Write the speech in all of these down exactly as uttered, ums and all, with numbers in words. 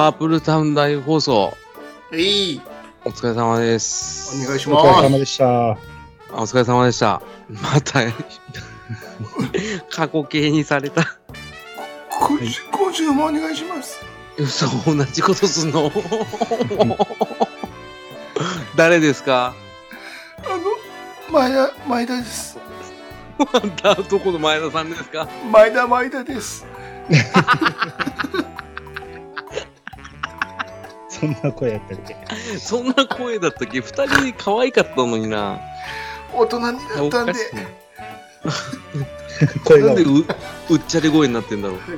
パープルタウン大放送。 えい。 お疲れ様です。 お願いします。 お疲れ様でした。 お疲れ様でした。また、過去形にされた。 今週もお願いします。 嘘、同じことすんの誰ですか？ あの、前田、前田です。 だどこの前田さんですか？ 前田、前田です。 そんな声やったっけ？ そんな声だったっけ？二人可愛かったのにな。 大人になったんで。 声がなんで う, うっちゃり声になってんだろう。はい、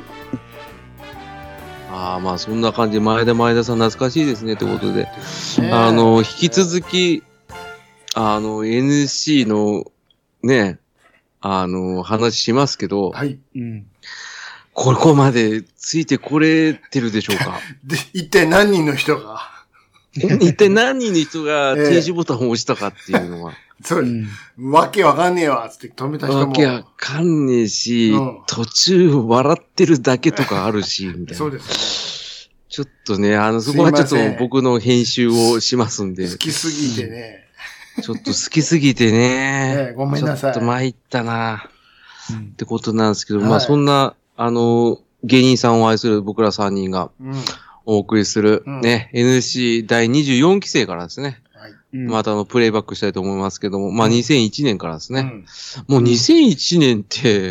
ああ、まあそんな感じで前田前田さん懐かしいですねってことで、あの引き続きあの エヌシー のねあの話しますけど、 はい、うん、 ここまでついてこれてるでしょうか？ で一体何人の人が一体何人の人が停止ボタンを押したかっていうのは。 そうです、うん。わけわかんねえわつって止めた人も。 わけわかんねえし、うん、途中笑ってるだけとかあるし、みたいな。 そうですね。 ちょっとね、あの、そこはちょっと僕の編集をしますんで。 好きすぎてね。 ちょっと好きすぎてね。 ねごめんなさい。 ちょっと参ったな、うん、ってことなんですけど、はい、まあそんな、あの、芸人さんを愛する僕らさんにんがお送りする、うん、ね、エヌシー だいにじゅうよんきせいからですね。またあの、プレイバックしたいと思いますけども、まあにせんいちねんからですね。うん、もうにせんいちねんって、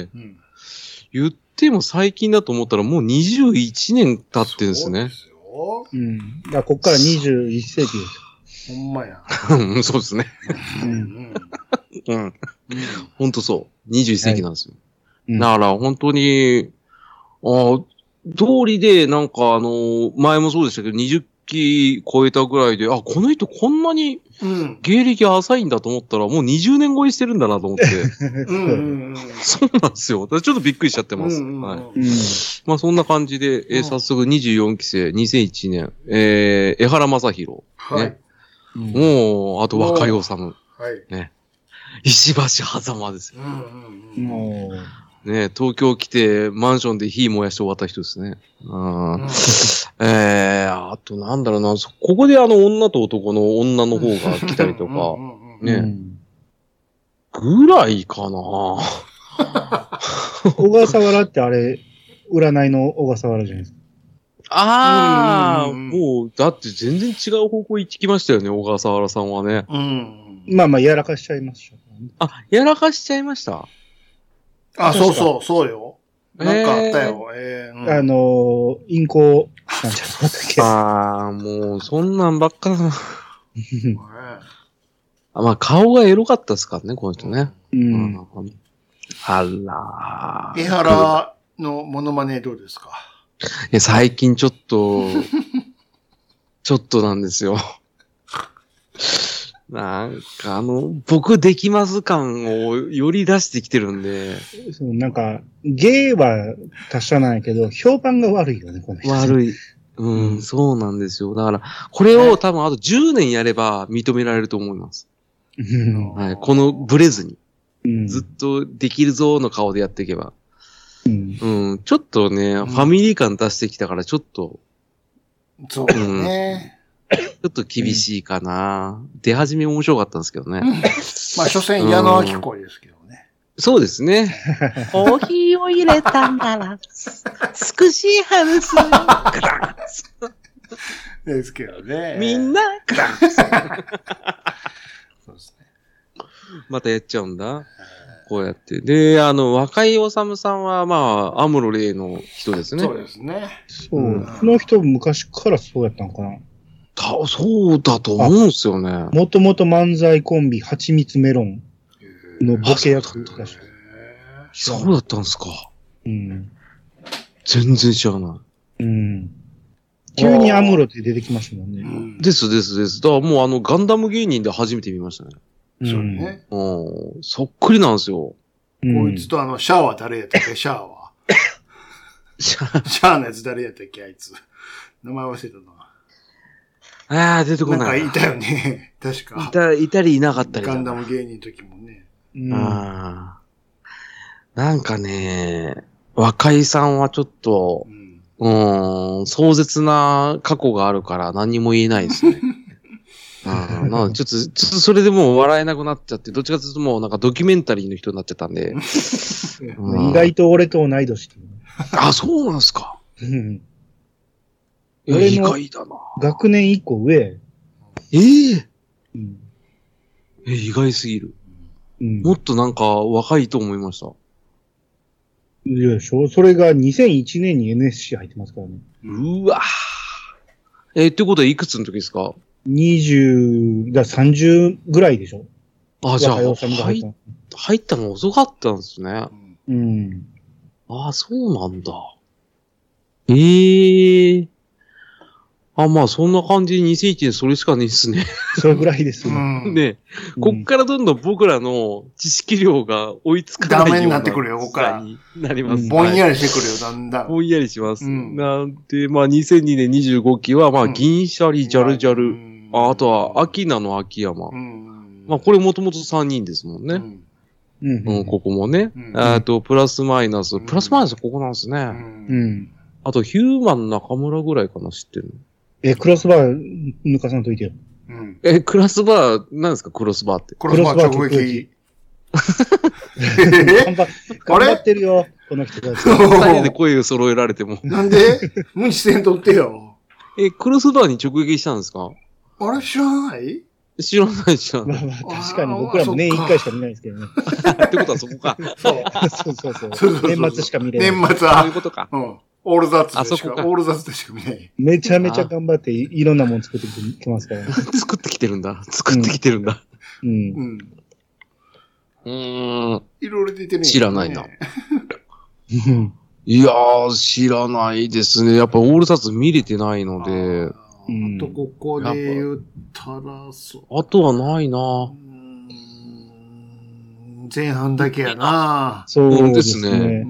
言っても最近だと思ったらもうにじゅういちねん経ってるんですね。 そうですよ。 うん。だからこっからにじゅういっせいきですよ。ほんまや。 そうですね。うん。うん。ほんとそう。にじゅういっせいきなんですよ。はい、だから本当に、あ通りでなんかあの、前もそうでしたけど、にじゅっき超えたぐらいで、あ、この人こんなに芸歴浅いんだと思ったら、もうにじゅうねん超えしてるんだなと思って。そうなんですよ。ちょっとびっくりしちゃってます。うんうんはいうん、まあそんな感じで、えー、早速にじゅうよんきせい、にせんいちねん、えー、江原正宏、ねはい、もう、あと若井治、はい、ね。石橋狭間ですよ。うんうんうんね東京来て、マンションで火燃やして終わった人ですね。うんうん、えー、あとなんだろうな、ここであの女と男の女の方が来たりとか、ね、うん、ぐらいかな小笠原ってあれ、占いの小笠原じゃないですか。 ああ、うんうんうん、もう、だって全然違う方向行ってきましたよね、小笠原さんはね。 うん、まあまあ、やらかしちゃいました、 ね。あ、やらかしちゃいましたあ、そうそう、そうよ。なんかあったよ。えー、 えーうん、あのー、インコなんちゃったっけ。 ああ、もう、そんなんばっかだな。あまあ、顔がエロかったですからね、この人ね。うん。うん、あらー。江原のモノマネどうですか？ いや、最近ちょっと、ちょっとなんですよ。なんかあの、僕できます感をより出してきてるんで。 そう、なんか、芸は達者なんやけど、評判が悪いよね、この人。 悪い。うん、うん、そうなんですよ。だから、これを多分あとじゅうねんやれば認められると思います。はい、このブレずに、うん。ずっとできるぞの顔でやっていけば。うん。うん、ちょっとね、うん、ファミリー感出してきたからちょっと。 そうだね。うんちょっと厳しいかな、うん、出始め面白かったんですけどね。 まあ、所詮矢野明子ですけどね。 そうですね。コーヒーを入れたんなら、スクシーハウス。 ですけどね。 みんな、そうですね。またやっちゃうんだ。こうやって。で、あの、若井治さんは、まあ、アムロレイの人ですね。 そうですね。 そう。うん、この人昔からそうやったんかな。 たそうだと思うんですよね。 もともと漫才コンビ、はちみつメロンのボケ役だし。 そうだったんですか。うん。全然知らない。うん。 急にアムロって出てきましたもんね。 うん、ですですです。だからもうあのガンダム芸人で初めて見ましたね。 そうね。 うん。そっくりなんですよ。 うん、こいつとあの、シャワー誰やったっけシャワー。シャワーのやつ誰やったっけあいつ。名前忘れたな。 ああ、出てこない。 なんかいたよね。確か。 いた、いたりいなかったり。 ガンダム芸人の時もね。 うん。あなんかね、若井さんはちょっと、うん、 うーん、壮絶な過去があるから何も言えないですね。あなちょっと、ちょっとそれでもう笑えなくなっちゃって、どっちかというともうなんかドキュメンタリーの人になっちゃったんで。 うん、意外と俺と同い年。 あ、そうなんですか。 うん。 俺意外だな。 学年一個上。 ええーうん、え、意外すぎる。うん、もっとなんか若いと思いました。 いや、それがにせんいちねんに エヌエスシー 入ってますからね。 うわぁ。えー、ってことはいくつの時ですか？ にじゅう、ださんじゅうぐらいでしょ。 あ、じゃあ、入っ、入ったの遅かったんですね。 うん。 ああ、そうなんだ。ええー。あ、まあ、そんな感じでにせんいちねんそれしかねえっすね。 それぐらいですね。 ね、うん、こっからどんどん僕らの知識量が追いつかないような。 ダメになってくるよ、こっから。 になります。 ぼんやりしてくるよ、だんだん。 ぼんやりします。うん、なんで、まあ、にせんにねんにじゅうごきは、まあ、銀シャリ、ジャルジャル、うん、ああとは、秋名の秋山。うん、まあ、これもともとさんにんですもんね。うんうんうん、ここもね。うん、あと、プラスマイナス。プラスマイナスここなんですね。うん。あと、ヒューマン中村ぐらいかな、知ってるの。 え、クロスバー抜かさんといてよ。 うん。え、クロスバー、何ですか、クロスバーって。 クロスバー直撃。 頑張頑張ってるよ、この人たち。 二人で声を揃えられても。 なんで無視せんとってよ。 え、クロスバーに直撃したんですか？ あれ知らない知らない知らない。 まあまあ、確かに僕らも年一回しか見ないですけどね。 ってことはそこか。 そう。 そうそうそう。そうそうそう年末しか見れない。 年末は。 そういうことか。 うん。オールザッツでしか、オールザッツでしか見ない。 めちゃめちゃ頑張ってい, いろんなもの作ってきますから。 作ってきてるんだ。作ってきてるんだ。 うん。うん。 うーん。 いろいろ出てるん、 ね、知らないな。いやー、知らないですね。やっぱオールザッツ見れてないので。 あと、ここで言ったら、そう。 あとはないなぁ。 前半だけやな。 そうですね。 うん。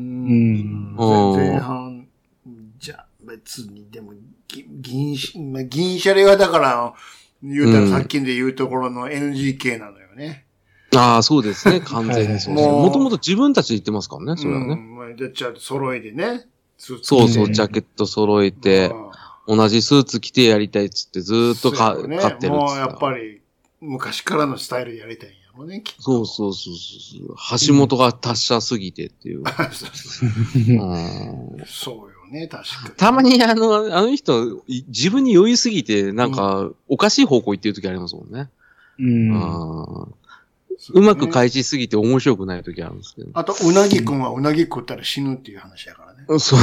前半、じゃ、別に、でも、銀、銀シャリはだから、言うたらさっきで言うところの エヌジーケー なのよね。 ああ、そうですね。完全にそうです。もともと自分たちで言ってますからね、それはね。 うん。まあ、じゃあ、揃えてね。 そうそう、ジャケット揃えて。同じスーツ着てやりたいっつってずーっとか、ね、買ってるっつもうやっぱり昔からのスタイルやりたいんやろね。 そうそうそうそう。橋本が達者すぎてっていう。うん、 そうよね、確かに。 たまにあの、あの人、自分に酔いすぎてなんかおかしい方向行ってる時ありますもんね。 うん。 あうまく返しすぎて面白くない時あるんですけど。 あと、うなぎくんはうなぎ食ったら死ぬっていう話やからね。 そう。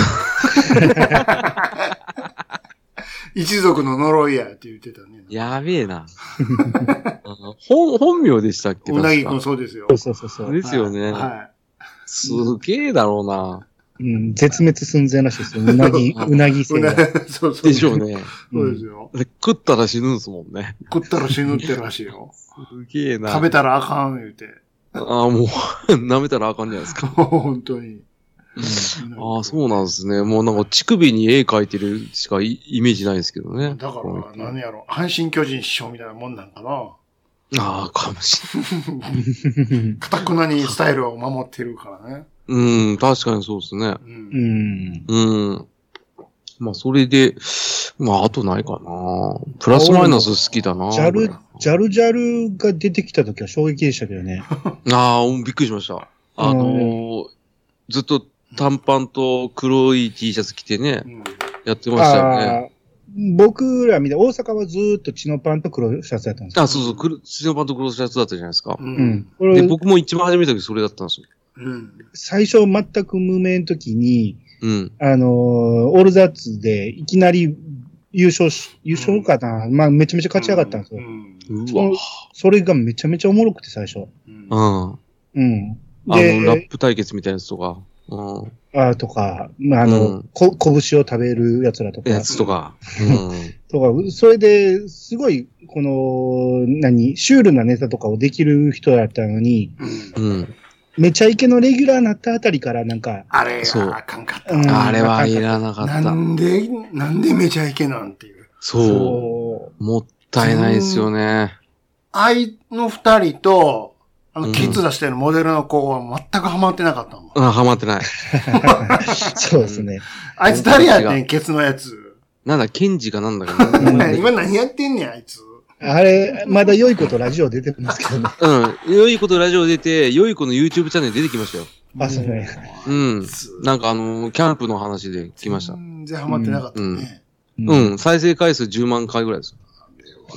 一族の呪いやって言ってたね。 やべえな。本、本名でしたっけ？ うなぎくんそうですよ。 そうそうそう。 ですよね。 はい。 すげえだろうな。 うん、絶滅寸前らしいですよ。うなぎ、うなぎ性が。 そうそう。 でしょうね。 そうですよ。 食ったら死ぬんすもんね。 食ったら死ぬってらしいよ。 すげえな。 食べたらあかん言うて。 ああ、もう、舐めたらあかんじゃないですか。 本当に。 ああ、そうなんですね。もうなんか乳首に絵描いてるしかイメージないですけどね。 だから、何やろ。阪神巨人師匠みたいなもんなんかな。 ああ、かもしれない。 かたくなにスタイルを守ってるからね。 うん、確かにそうですね。 うん。 うん。まあ、それで、まあ、あとないかな。プラスマイナス好きだな。 ジャル、ジャルジャルが出てきた時は衝撃でしたけどね。 ああ、びっくりしました。あのー、ずっと短パンと黒い T シャツ着てね、うん、やってましたよね。 僕らみたいな、大阪はずーっとチノパンと黒シャツだったんですよ。 あ、そうそう、チノパンと黒シャツだったじゃないですか。 うん。 で、僕も一番初めた時それだったんですよ。 うん。 最初全く無名の時に、 うん。 あのー、オールザッツでいきなり優勝し、優勝かな、うん、まあめちゃめちゃ勝ち上がったんですよ。 うん。うわ。 それがめちゃめちゃおもろくて最初。 うん。 うん。 あの、ラップ対決みたいなやつとか。うん。 あとか、まあ、あの、うん、こ、拳を食べるやつらとか。 やつとか。うん。 とか、それで、すごい、この、何、シュールなネタとかをできる人だったのに、 うん。 めちゃイケのレギュラーになったあたりからなんか、 あれはあかんかった。 うん、あれはいらなかった。 なんで、なんでめちゃイケなんていう。 そう。そうもったいないですよね。 愛の二人と、 あの、キッズ出してるモデルの子は全くハマってなかったもん。 あ、ハマってない。 そうですね。 あいつ誰やってん、ケツのやつ。 なんだ、ケンジかなんだかな。 今何やってんねん、あいつ。 あれ、まだ良いことラジオ出てますけどね。 うん。良いことラジオ出て、良い子の YouTube チャンネル出てきましたよ。 あ、そうね。 うん。なんかあのー、キャンプの話で来ました。 全然ハマってなかったね。 うん。うん、再生回数じゅうまんかいぐらいです。 うん。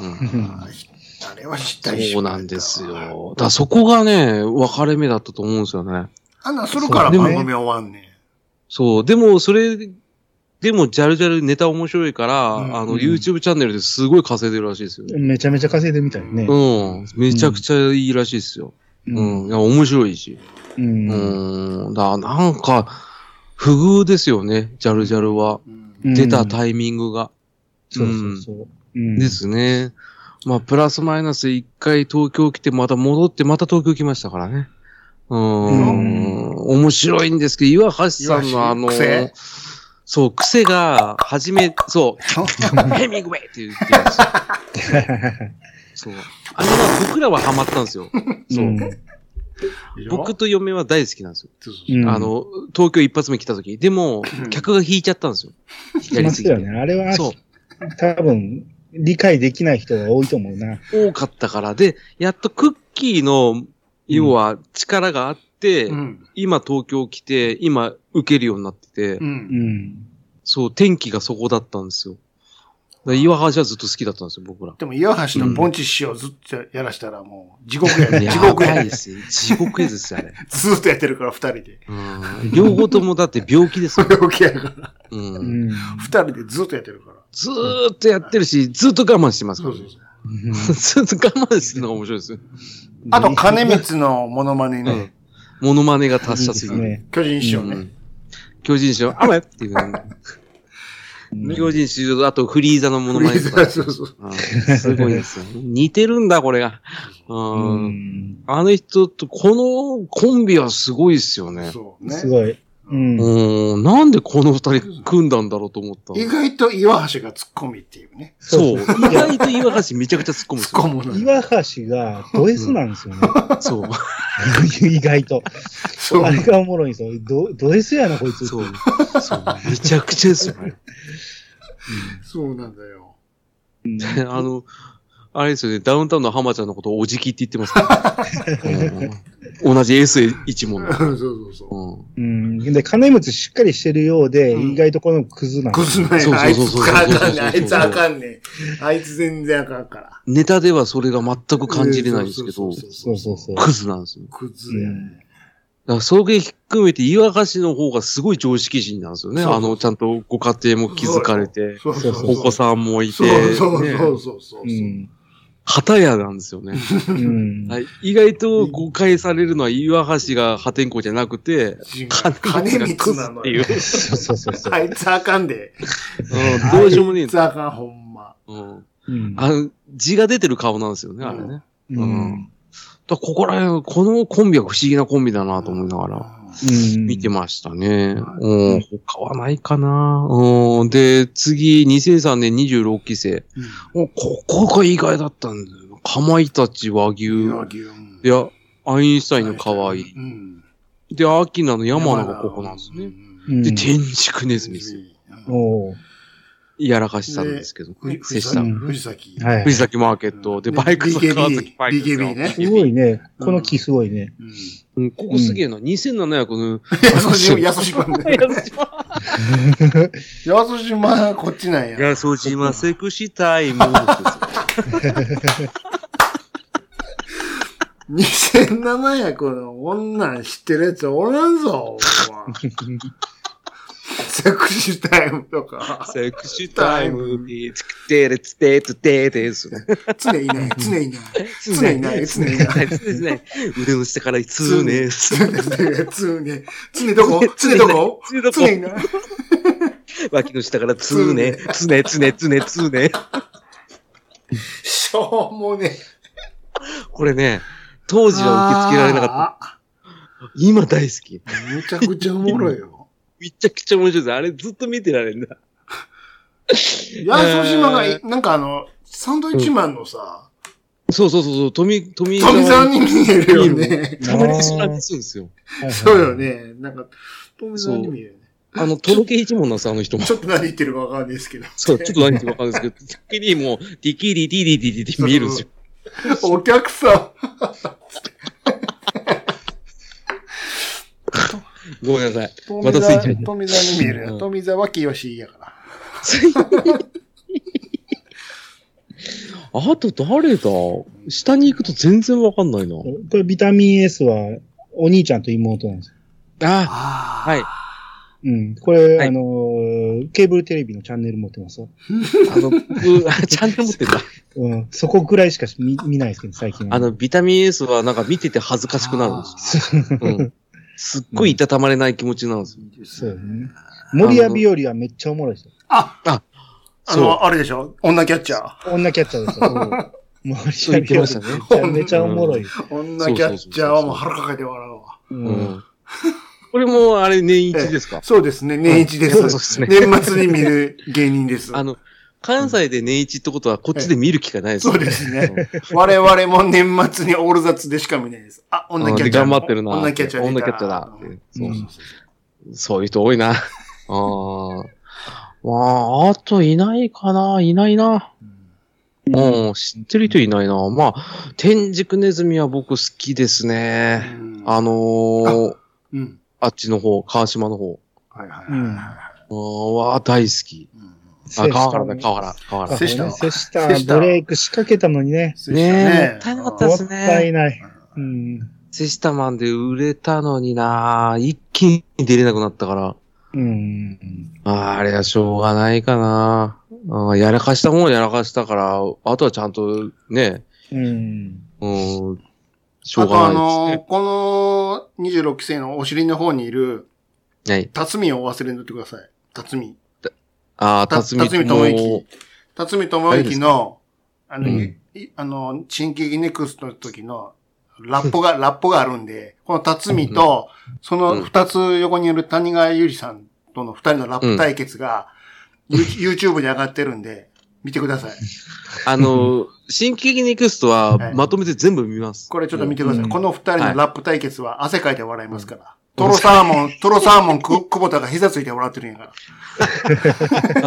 あれは知ったりそうなんですよ。だからそこがね、分かれ目だったと思うんですよね。 あんなんするから番組終わんねん。 そう。でも、それ、でも、ジャルジャルネタ面白いから、うん、あの、YouTube チャンネルですごい稼いでるらしいですよね。 めちゃめちゃ稼いでるみたいね。 うん。めちゃくちゃいいらしいですよ。うん。うん、いや、面白いし。うん。うん。だなんか、不遇ですよね、ジャルジャルは。うん、出たタイミングが。 そうそうそう。 うん、ですね。まあ、プラスマイナス一回東京来て、また戻って、また東京来ましたからね。うん。面白いんですけど、岩橋さんのあの、そう、癖が、はじめ、そう、ヘミングウェイって言ってるんですよ。そう。あれは僕らはハマったんですよ。そう。うん、僕と嫁は大好きなんですよ。うん、あの、東京一発目来た時。でも、客が引いちゃったんですよ。 やりすぎて。ね、あれは、そう。多分、理解できない人が多いと思うな。 多かったから。で、やっとクッキーの、要は力があって、うん、今東京来て、今受けるようになってて、うん、そう、天気がそこだったんですよ。岩橋はずっと好きだったんですよ、僕ら。 でも岩橋のポンチ師匠ずっとやらしたらもう地獄やね。地獄やね。ですよ。地獄やですよ、あれ。 ずっとやってるから、二人で。 うん。両方ともだって病気ですよ。 病気やから。うん。二人でずっとやってるから。 ずーっとやってるし、ずっと我慢してますから。そうそうそう。ずっと我慢してるのが面白いですよ。 あと、金光のモノマネね。 うん、モノマネが達者すぎる。 巨人師匠ね。 巨人師匠、あまやっていう。巨人師匠、あとフリーザのモノマネとか。そうそう。すごいですよ。似てるんだ、これが。うん。あの人と、このコンビはすごいですよね。 そうね。すごい。 うん、うん。なんでこの二人組んだんだろうと思った。 意外と岩橋が突っ込みっていうね。 そう。意外と岩橋めちゃくちゃ突っ込むんですよ。突っ込む岩橋がド S なんですよね。 うん、そう。 意外と。そう。あれがおもろいんですよ。ド、ド S やな、こいつ。 そう。そう。めちゃくちゃですよね。 そうなんだよ。 あの、あれですよね、ダウンタウンの浜ちゃんのことをおじきって言ってますから、ねうん、同じ エス一問の。 そうそうそう。 うん。で、金持ちしっかりしてるようで、うん、意外とこのクズなんクズなんや。あいつあかんねん。あいつあかんねん。あいつ全然あかんから。 ネタではそれが全く感じれないんですけど、 そうそうそう。 クズなんですよ。 クズやね。 だからそれ含めて岩橋の方がすごい常識人なんですよね。そうそうそうあの、ちゃんとご家庭も築かれて、そうそうそうお子さんもいて、そうそうそうそうそう、うん旗屋なんですよね、うん。意外と誤解されるのは岩橋が破天荒じゃなくて、 金光なのよ。 そうそうそうそう。 あいつあかんで。 うん、どうしようもねえ。 あいつあかん、ほんま。 うん。うん、あの、字が出てる顔なんですよね、あれね。うん。うん、だここら辺、このコンビは不思議なコンビだなと思いながら、うん、見てましたね。うん、他はないかな。うん、で、次、にせんさんねんにじゅうろっきせい。うん、ここが意外だったんだよ。かまいたち和牛。和牛。いや、アインシュタインの可愛い。うん、で、アキナの山名がここなんですね。うん、で、天竺ネズミですよ。おーやらかしたんですけど。 藤崎。藤崎。 藤崎マーケット。で、バイクの川崎バイク。 ビーケービー ね。 すごいね。この木すごいね。 うん。ここすげえな。にせんななひゃくの。 やそしま。やそしま。やそしま、こっちなんや。 やそしまセクシータイム。 にせんななひゃくの女知ってるやつおらんぞ。セクシータイムとか。 セクシータイムにつくてれつてつてですね。 常いない、常いない。常いない、常いない。 常いない。腕の下から常ね。 常ね。常ね。常どこ常どこ常いない。 脇の下から常ね。常、常、常、常。 しょうもね。 これね、当時は受け付けられなかった。今大好き。 めちゃくちゃおもろいよ。 めちゃくちゃ面白いです。あれずっと見てられるんだ。 やそしまが、なんかあの、サンドイッチマンのさ、 そうそうそう、富、富富澤に見えるよね。 たまにそうなんですよ。 そうよね。なんか、富澤に見えるね。 あの、とろけ一門なんです、あの人も。 ちょっと何言ってるかわかんないですけど。 そう、ちょっと何言ってるかわかんないですけど、逆にもう、ディキリディリディリって見えるんですよ。 お客さん。 ごめんなさい。またついちゃい富澤に見えるよ。富澤清やから。 あと誰だ下に行くと全然わかんないな。 これビタミン S はお兄ちゃんと妹なんですよ。 ああ、はい。 うん。これ、 はい、 あのー、ケーブルテレビのチャンネル持ってますよ。 あの、僕、チャンネル持ってんだ。 うん。そこぐらいしか見見ないですけど、最近は。 あの、ビタミン S はなんか見てて恥ずかしくなるんですよ。うん、すっごいいたたまれない気持ちなんですよ。 うん、そうですね。森谷日和はめっちゃおもろいですよ。 あああの、あれでしょ女キャッチャー。 女キャッチャーですよ。森谷日和めちゃめちゃおもろい。 女キャッチャーはもう腹抱えて笑うわ。 うん。 これもあれ年一ですか？ そうですね、年一です。そうですね。年末に見る芸人です。 あの、関西で年一ってことはこっちで見る機会ないですよね。そうですね。我々も年末にオール雑でしか見ないです。あ、女キャッチャー。 頑張ってるな。 女キャッチャー。 女キャッチャーだ。そういう人多いな。ああ。まあ、あといないかないないな。うん、知ってる人いないな。まあ、天竺ネズミは僕好きですね。あのー、うん、あっちの方、川島の方。はいはいはい。うん。は大好き。あ、川原だ、川原、川原。 セシタ。セシタ、ブレイク仕掛けたのにね。 ねえ、もったいなかったですね。 もったいない。うん。 セシタマンで売れたのにな、一気に出れなくなったから。うん。あれはしょうがないかな。あやらかしたもんはやらかしたから、あとはちゃんとね。うん。うん。しょうがないですね。あとあのー、このにじゅうろっきせいのお尻の方にいる、はい。辰巳をお忘れになってください。辰巳。 ああ、辰巳智之。 辰巳智之の、あの、うん、あの、新喜劇ネクストの時の、ラップが、ラップがあるんで、この辰巳と、その二つ横にいる谷川ゆりさんとの二人のラップ対決が、うん、YouTube に上がってるんで、見てください。 あの、新喜劇ネクストはまとめて全部見ます。 これちょっと見てください。うん、この二人のラップ対決は汗かいて笑いますから。うん、トロサーモン、トロサーモン、く、久保田が膝ついて笑ってるんやから。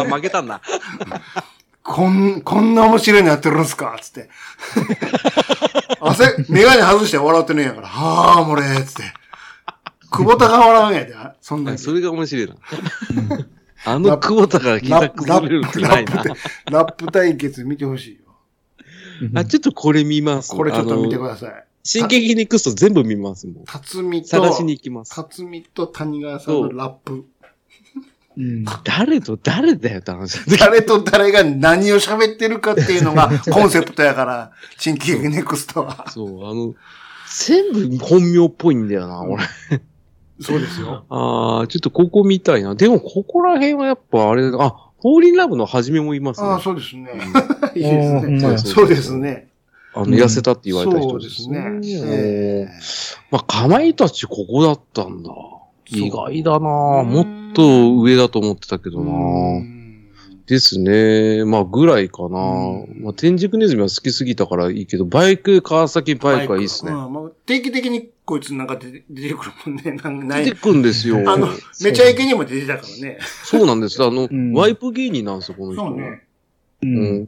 あ、負けたんだ。 こん、こんな面白いのやってるんすかつって。汗、メガネ外して笑ってるんやから。はぁ、もれーつって。久保田が笑うんやで。そんなに。 それが面白いな。あの久保田が膝崩れるってないな。 ラップ対決見てほしいよ。 あ、ちょっとこれ見ます。 これちょっと見てください。 新喜劇ネクスト全部見ますもん。 辰巳と、 探しに行きます。 辰巳と谷川さんのラップ。 うん、誰と誰だよって話。 誰と誰が何を喋ってるかっていうのがコンセプトやから、新喜劇ネクストは。 そう、あの、全部本名っぽいんだよな、俺。 そうですよ。 ああ、ちょっとここ見たいな。でも、ここら辺はやっぱあれ、あ、フォーリンラブの始めもいますね。 ああ、そうですね。いいですね。そうですね。 あの、痩せたって言われた人ですね。そうですね。えー、まあ、かまいたちここだったんだ。意外だな、もっと上だと思ってたけどな。ですね。まあ、ぐらいかな。まあ、天竺ネズミは好きすぎたからいいけど、バイク、川崎バイクはいいっすね。 まあまあ、定期的にこいつなんか出て出てくるもんね。なん出てくるんですよ。 あの、めちゃイケにも出てたからね。 そうなんです。あの、うん、ワイプ芸人なんですよ、この人。 そうね。 うん、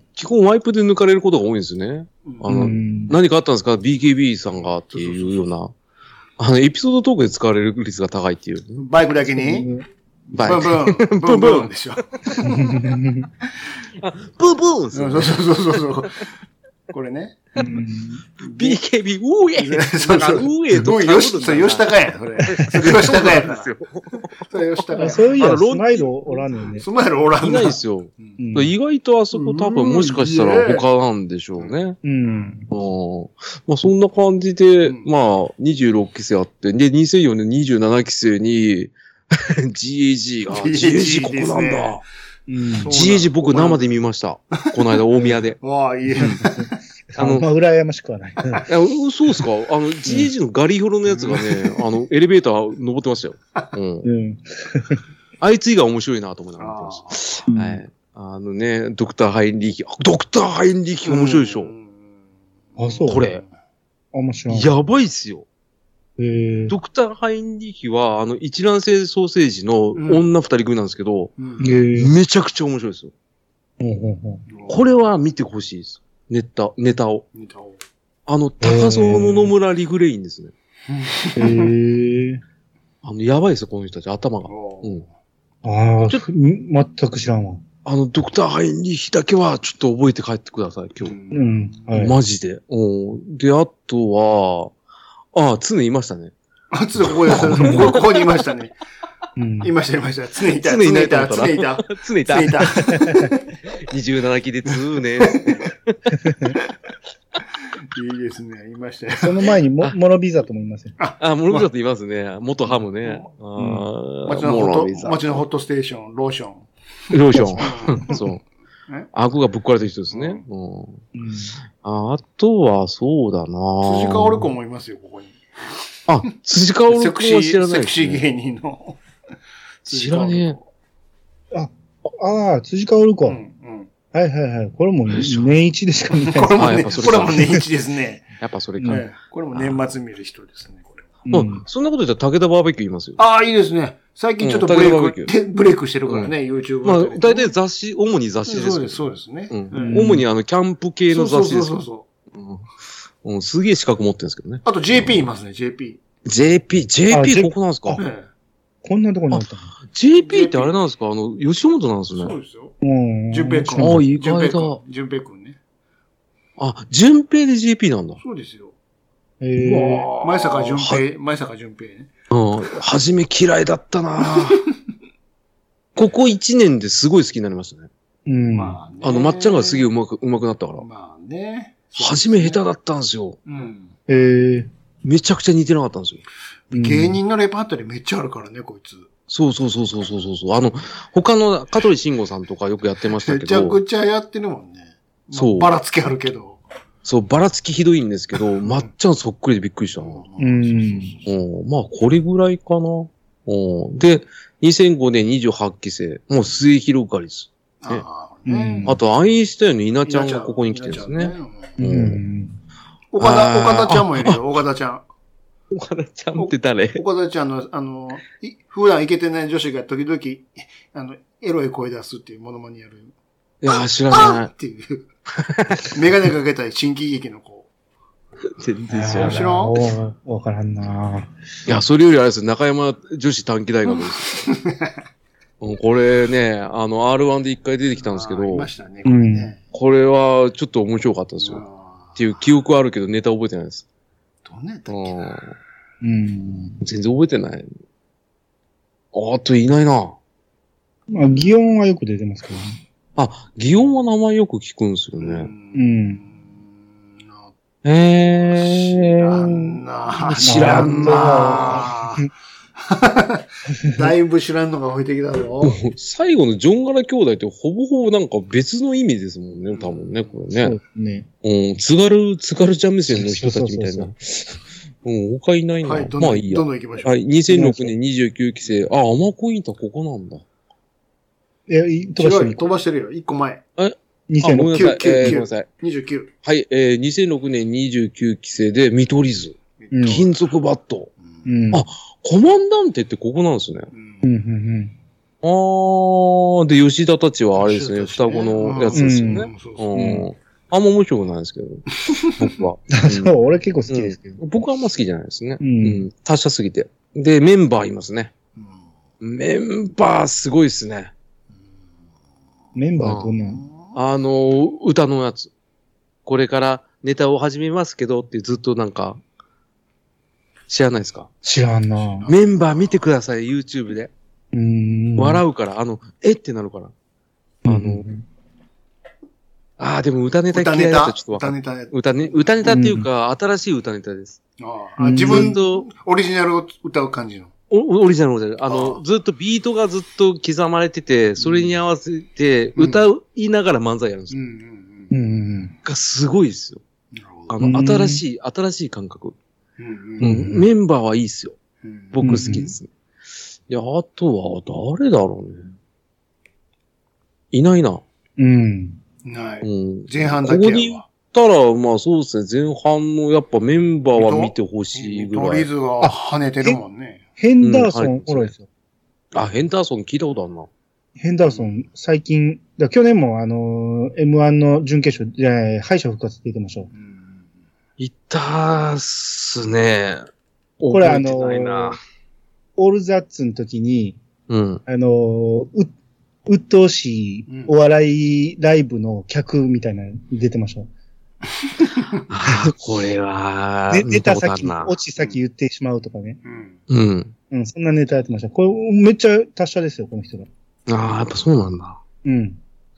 基本ワイプで抜かれることが多いんですよね。うん、あの、うん、何かあったんですか ビーケービー さんがっていうような。あの、エピソードトークで使われる率が高いっていう。 バイクだけにバイク。 ブンブン。ブンブンでしょ。 あ、ブンブンそうそうそうそうそう。これね。 ビーケービー、うえそうそう。 うえとか。 よし、それ吉高や。それ。それ吉高やから。それ吉高や。 そういうスマイルおらんのよね。 スマイルおらんいないですよ。意外とあそこ多分もしかしたら他なんでしょうね。うん。まあそんな感じで、まあにじゅうろっきせいあって、で、にせんよねんにじゅうななきせいに、ジーエージー が、ジーエージー ここなんだ。ジーエージー 僕生で見ました。この間大宮で。 わあ、いい。 あの、まあ、羨ましくはない。 そうですか。あの、ジーエージー のガリホロのやつがね、あの、エレベーター登ってましたよ。うん。あいつ以外面白いなと思いながら見てました。はい。あのね、ドクターハインリーヒ。ドクターハインリーヒ面白いでしょ。 あ、そう。 これ。 あんま知らん。 やばいっすよ。 へえ。 ドクター・ハインリヒは、あの、一卵性ソーセージの女二人組なんですけど、 うんへえ。 めちゃくちゃ面白いですよ。 ほうほうほこれは見てほしいです。ネタ、ネタを。 ネタを。 あの、高蔵の野村リグレインですね。 う。へえ。 あの、やばいですよ、この人たち、頭が。うん。 ああ、 ちょ全く知らんわ。 あの、ドクター・ハインリヒだけは、ちょっと覚えて帰ってください、今日。 うん。はい。 マジで。うん。で、あとは、ああ、常いましたね。 あ、つここで、ここにいましたね。 うん。 いました、いました。常にいた。 常いないと思た。 ったら常いた。 常いた。 常いた。 にじゅうななきで常ね。 いいですね。いましたよ。 その前にも、モロビザともいません。 あ、モロビザと言いますね。元ハムね。あ街のホット、街のホットステーション、ローション。 ローション。そう。 え顎がぶっ壊れてる人ですね。うん。 うん。 あとは、そうだな辻香織子もいますよ、ここに。 あ、辻香織子は知らないセクですね。 シー芸人の。 知らねあ、ああ、辻香織子。 うん、うん。 はいはいはい。これも年一でしか見ない。 これもね、 あやっぱそれこれも年一ですね。 え。やっぱそれか。 ねこれも年末見る人ですね、これ。 ううんん。そんなこと言ったら武田バーベキューいますよ。 ああ、いいですね。最近ちょっとブレうんイク、でブレイクしてるからね、YouTube まあ、 あたりで大体雑誌、主に雑誌ですけど。 そうです、そうですね。 うんうん主にあの、キャンプ系の雑誌ですよそうそうそうそう。 うんうん。すげえ資格持ってるんですけどね。 あと ジェーピー いますね、ジェーピジェーピー、ジェーピーあここなんですかー。ねこんなとこにあったの。 ジェーピー ってあれなんですかあの、吉本なんですね。 そうですよ。 うん。 淳平君。 あ意外だ淳平君ね。 あ、順平で ジェーピー なんだ。 そうですよ。 へえ。 前坂淳平、前坂淳平ね。 うん。初め嫌いだったなここいちねんですごい好きになりましたね。 うん。 まあね。 あの、まっちゃんがすげえうまく、うまくなったから。 まあね。 初め下手だったんですよ。 うん。 へえ。 めちゃくちゃ似てなかったんですよ。 芸人のレパートリーめっちゃあるからね、こいつ。 そうそうそうそうそうそう。あの、他の香取慎吾さんとかよくやってましたけめちゃど、 くちゃやってるもんね。 そうばらつきあるけど。 そう、ばらつきひどいんですけど、まっちゃんそっくりでびっくりしたな。 うん。 うん、まあ、これぐらいかな。うん、で、にせんごねんにじゅうはちきせい、もう末広がりです。ねああ、ね。 あと、アインシュタインの稲ちゃんがここに来てるんですね。 稲ちゃんううんん。 岡田、 あー岡田ちゃんもいるよ、岡田ちゃん。 岡田ちゃんって誰岡田ちゃんの、あの、い普段イケてない女子が時々、あの、エロい声出すっていうモノマネやる。 いやー、知らあっない。 っていう。メガネかけたい新喜劇の子。 全然知らない。 知らんわわからんな。 いや、それよりあれですよ、中山女子短期大学ですよ。うんこれね、あの、アールワン で一回出てきたんですけどあーいま、したね、これね。 これはちょっと面白かったですよ。 あっていう記憶はあるけど、ネタ覚えてないです。 ーどんなやったっけな。 うん。 全然覚えてない。あといないな。 まあ、擬音はよく出てますけどね。 あ、擬音は名前よく聞くんですようね。 ん。 え知らー。 んな知らんなだいぶ知らんのが増えてきたぞ。 最後のジョンガラ兄弟ってほぼほぼなんか別の意味ですもんね、多分ね、これそうね。 ですね。 うん、津軽、津軽ちゃん目線の人たちみたいそうな。うん、他いないな。 はい、どんどん、 まあいいやどん。どん行きましょう。 はい、にせんろくねんにじゅうきゅうきせい。あ、アマコインタここなんだ。 え、い飛ばして違うよみ飛ばしてるよ。一個前。 あ、ごめにせんろくんなさい。 きゅうえーごめんなさい。 にじゅうきゅう。 はい、えー、にせんろくねんにじゅうきゅうきせいで見取り図。 うん金属バット。 うん。 あコマンダンテってここなんですね。 うん、うん、 あー、で、吉田たちはあれですね、双子のやつですようね。 んそうそううん。あんま面白くないですけど、僕は。 うん。そう、俺結構好きですけど。 うん僕はあんま好きじゃないですね。 ううんん。達者すぎて。で、メンバーいますね。メンバーすごいですね。 メンバーどんなあの、歌のやつ。これからネタを始めますけどってずっとなんか、知らないですか？ 知らんな。 メンバー見てください、YouTube で。 うーん。 笑うから、あの、えってなるから。あの、 うんああ、でも歌ネタ歌ネタ嫌いだったらちょっとわかんない。 歌ネタや歌ね、歌ネタっていうか、新しい歌ネタです。 ああ自分ずっと、 オリジナルを歌う感じの。 おオリジナルオリジナル。ああの、 あずっとビートがずっと刻まれてて、それに合わせて歌いながら漫才やるんですよ。 うんうんううん。 ん。 がすごいですよ。 なるほど。 あの、 うん新しい、新しい感覚。 うんううんん、メンバーはいいっすよ。 うん僕好きですね。いや、あとは、誰だろうね。いないな。 うん。 ない。 うん。 前半だけやわ。 ったら、まあそうですね、前半のやっぱメンバーは見てほしいぐらい。 トリズが跳ねてるもんね。 ヘンダーソン、おろいですよ。 あ、ヘンダーソン聞いたことあるな。 ヘンダーソン、最近、だ去年もあの、エムワン の準決勝、いや敗者復活って言ってました。 いたっすね。 これあの覚えてないな、 オールザッツの時に、 うん。 あの、う、鬱陶しいお笑いライブの客みたいなの出てました。 ああ、これは、 ね、ネタ先、 見たことあるな。 落ち先言ってしまうとかね。 うん。 うん。 うん、そんなネタやってました。これ、めっちゃ達者ですよ、この人が。 ああ、やっぱそうなんだ。 うん。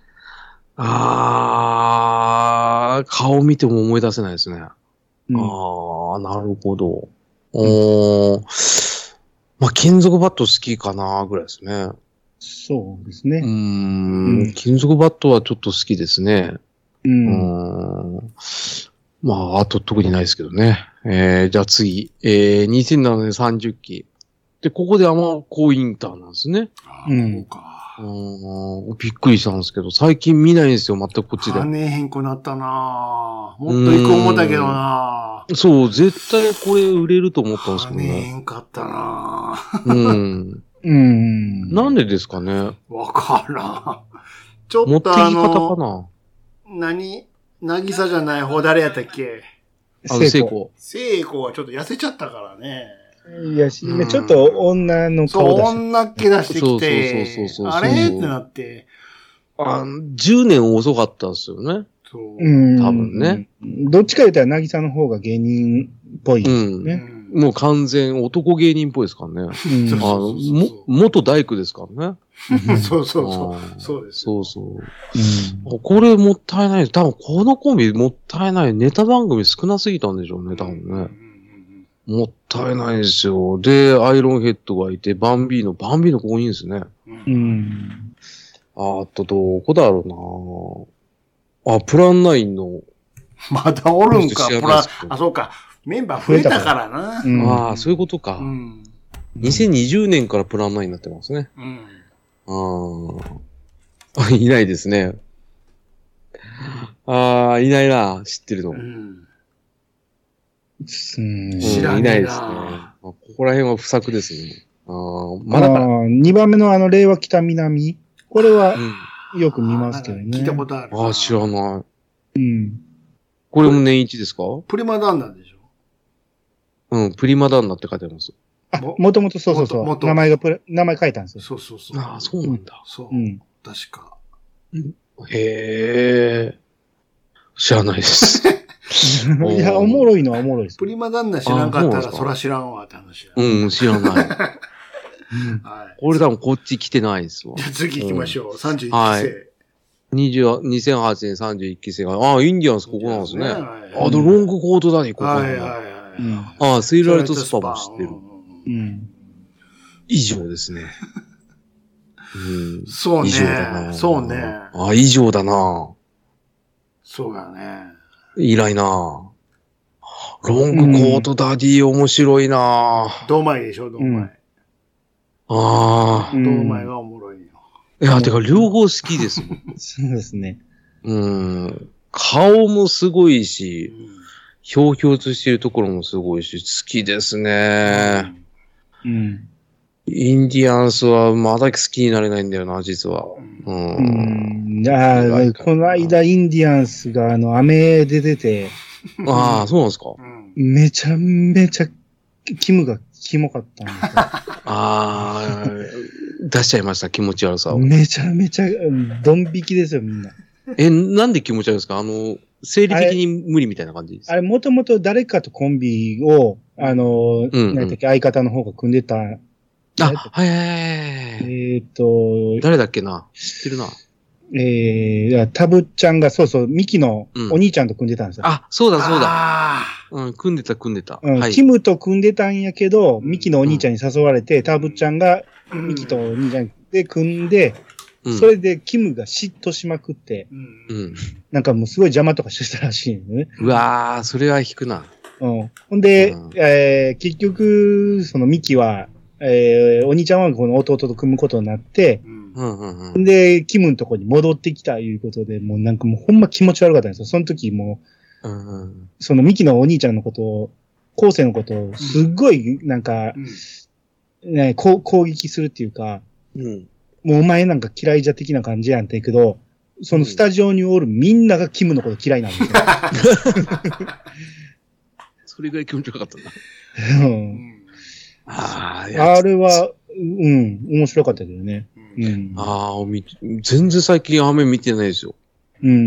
ああ、顔見ても思い出せないですね。 うん、 ああ、なるほど。おー。まあ、金属バット好きかな、ぐらいですね。 そうですね。 うーうんん、金属バットはちょっと好きですね。 う。 うんーん。まあ、あと特にないですけどね。えー、じゃあ次。えー、にせんななねんさんじゅっき。で、ここでアマコインターなんですね。 ああ、 うんそうか。 うーん、びっくりしたんですけど、最近見ないんですよ、全くこっちで。 跳ねへんくなったなぁ。もっと行く思ったけどなぁ。 そう、絶対これ売れると思ったんですけ跳ねへどね。 んかったなぁ。 うん。 うん。 なんでですかね。 わからん。ちょ持ってっとあき方かの、 な。 何なぎさじゃない方誰やったっけ？ あの、聖子。 聖子はちょっと痩せちゃったからね。 いや、しうんちょっと女のそう、 顔出して。 女っ気出してきて、 そうそうそうそうそうあれってなって、 あ、じゅうねん遅かったんですよね。 そう。 うん。 多分ね。 どっちか言ったら、なぎさの方が芸人っぽいですよね。 うんもう完全男芸人っぽいですからね。 うんそうあの、も、元大工ですからね。 そうそうそうあー。 そうです。 そうそう。 うんこれもったいない。多分このコンビもったいない。ネタ番組少なすぎたんでしょうね、多分ね。もったいないですよ。で、アイロンヘッドがいて、バンビーノ。バンビーノここいいんですね。 うんう。ん。 あと、どこだろうなあ、プランナインの。 まだおるんか、 知らプラないですけどあ、そうか。メンバー増えたからな。 うんああ、そういうことか。 うん。 にせんにじゅうねんからプランナインになってますね。 うん。 ああ。いないですね。ああ、いないな、知ってるの。 ううんん。 うん知らねえないないですね。あここら辺は不作ですね。ああ、まだか。 にばんめのあの、令和北南。これはうん。 よく見ますけどね。 聞いたことある。 ああ、知らない。 うん。 これも年一ですか？ プリマダンナでしょ？ うん、プリマダンナって書いてあります。 あ、 ももともとそうそうそう。 もと名前がプラ、名前書いたんですよ。 そうそうそう。 ああ、そうなんだ。 そうう。ん。 確か。 へえ。知らないです。 いや、おもろいのはおもろいですプ。リマダンナ知らんかったらあそうなんですかそら知らんわって話や。 うん、知らない。 はい。 俺多分こっち来てないですわじ。ゃあ次行きましょう。さんじゅういっはいきせい。 にじゅう、にせんはちねんさんじゅういっきせいが、ああ、インディアンスここなんですね。 はいあ、で、ロングコートダディここなんだ。 はいはいはい。 うんああ、スイラレットスパも知ってる。 うん。 以上ですね。うん。 そうね。 以上だな。 そうね。 ああ、以上だな。 そうだね。 いないな。ロングコートダディ面白いな。 ドマイでしょ、ドマイ。 ああ。 うんドマイがおもろいよ。 いや、てか両方好きですもん。 そうですね。 うん。顔もすごいし、ひょうひょうとしてるところもすごいし、好きですね。 うん。 インディアンスはまだ好きになれないんだよな、実は。う。 うんん。ああ、この間インディアンスがあの、飴で出て、 ああ、そうなんですか。 うんめちゃめちゃ、キムがキモかったんですよ。 ああ、出しちゃいました、気持ち悪さを。 めちゃめちゃ、ドン引きですよ、みんな。 え、なんで気持ち悪いんですか？あの、生理的に無理みたいな感じですあれ、もともと誰かとコンビを、あの、 うんうんなんだっけ、相方の方が組んでた、 あ、はいはいはいはい。 えっ、と、 誰だっけな？知ってるな。 えー、タブちゃんが、そうそう、ミキのうんお兄ちゃんと組んでたんですよ。 あ、そうだそうだ。 あうん、組んでた組んでた。 うんはい。 キムと組んでたんやけど、ミキのお兄ちゃんに誘われて、タブちゃんがーミキとお兄ちゃんで組んで、 うん、 それでキムが嫉妬しまくって、 うんうん。 なんかもうすごい邪魔とかしてたらしいのね。 うわー、それは引くな。 うん。ほんで、 うんえー結局、そのミキは、えーお兄ちゃんはこの弟と組むことになって、 うんうんうんうん。 で、キムのとこに戻ってきたいうことで、もうなんかもうほんま気持ち悪かったんですよ。その時もう、 うん、 そのミキのお兄ちゃんのことを、後世のことを、すっごい、なんか、うん、ね、こう攻撃するっていうか、うん、もうお前なんか嫌いじゃ的な感じやんって言うけど、そのスタジオにおるみんながキムのこと嫌いなんですよ。 それぐらい気持ちよかったんだ。 うん、ああれは、うん、面白かったけどね。うん、 ああ、全然最近雨見てないですよ。うん。うん、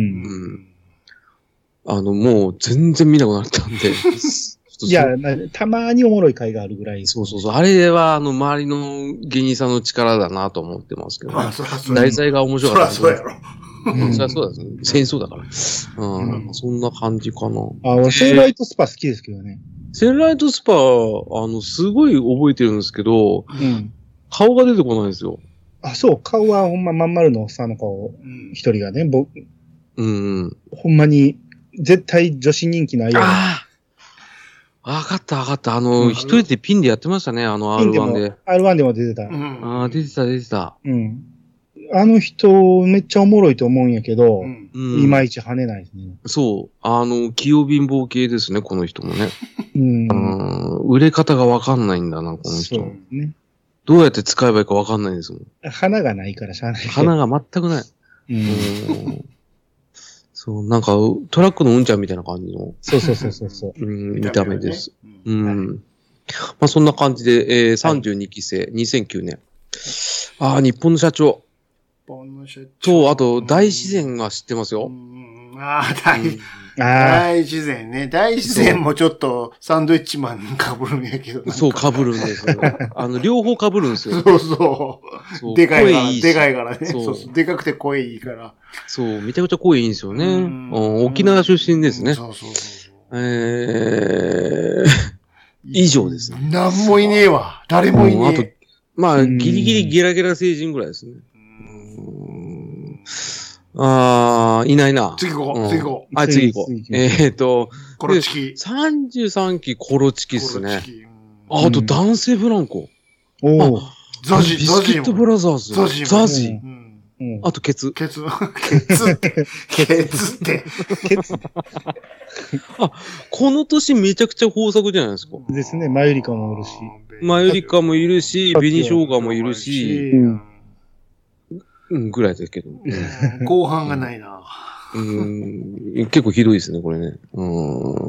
あの、もう全然見なくなったんで。 いや、たまにおもろい回があるぐらい。 そうそうそう。あれは、あの、周りの芸人さんの力だなと思ってますけど、ね。まあ、そらそう。題材が面白かった。 そらそうやろ。 うん、そりゃそうですね。戦争だから。うん。うん、そんな感じかな。 あ、俺、セーライトスパ好きですけどね。 セーライトスパ、あの、すごい覚えてるんですけど、うん、顔が出てこないんですよ。 あ、そう、顔はほんままん丸のおっさんの顔、一人がね、僕、うん、ほんまに、絶対女子人気ないよ。 ああわかったわかった。あの、一、うん、人でピンでやってましたね、あの アールワン で。 アールワン でも出てた。 うん、ああ、出てた出てた。 うん。あの人、めっちゃおもろいと思うんやけど、うん、いまいち跳ねないですね。 そう。あの、器用貧乏系ですね、この人もね。うん、うん売れ方がわかんないんだな、この人。そうね。どうやって使えばいいかわかんないんですもん。 花がないからしゃあない。 花が全くない。うん。そう、なんか、トラックのうんちゃんみたいな感じの。 そうそうそうそうそう。 うん、見た目です。うん。まあ、そんな感じで、えー、さんじゅうにきせい、にせんきゅうねん。ああ、日本の社長。日本の社長。と、あと、大自然が知ってますよ。 ああ、大、うん、大自然ね。大自然もちょっとサンドイッチマンに被るんやけど。 そう、被るんですよ。あの、両方被るんですよ。 そうそう。そうでかいから、いいでかいからね。そうそうそう。でかくて声いいから。 そう、めちゃくちゃ声いいんですよね。うん、沖縄出身ですね。そうそうそう。えー、以上ですね。 なんもいねえわ。誰もいねえ。うん、あと、 まあ、ギリギリゲラゲラ星人ぐらいですね。ああ、いないな。 次行こう、次行こう。あ、次行こう。えっと、 コロチキ。 さんじゅうさんきコロチキっすね。あと、男性ブランコ。 おお。 ザジ、 ビスケットブラザーズ。 ザジ。 ザジ。あと、ケツ。 ケツ。ケツって。ケツって。ケツ。 あ、この年めちゃくちゃ豊作じゃないですか。 ですね。マユリカもいるし。 マユリカもいるし、紅生姜もいるし、うん、ぐらいですけど。 後半がないな。 うん、結構ひどいですね、これね。うん、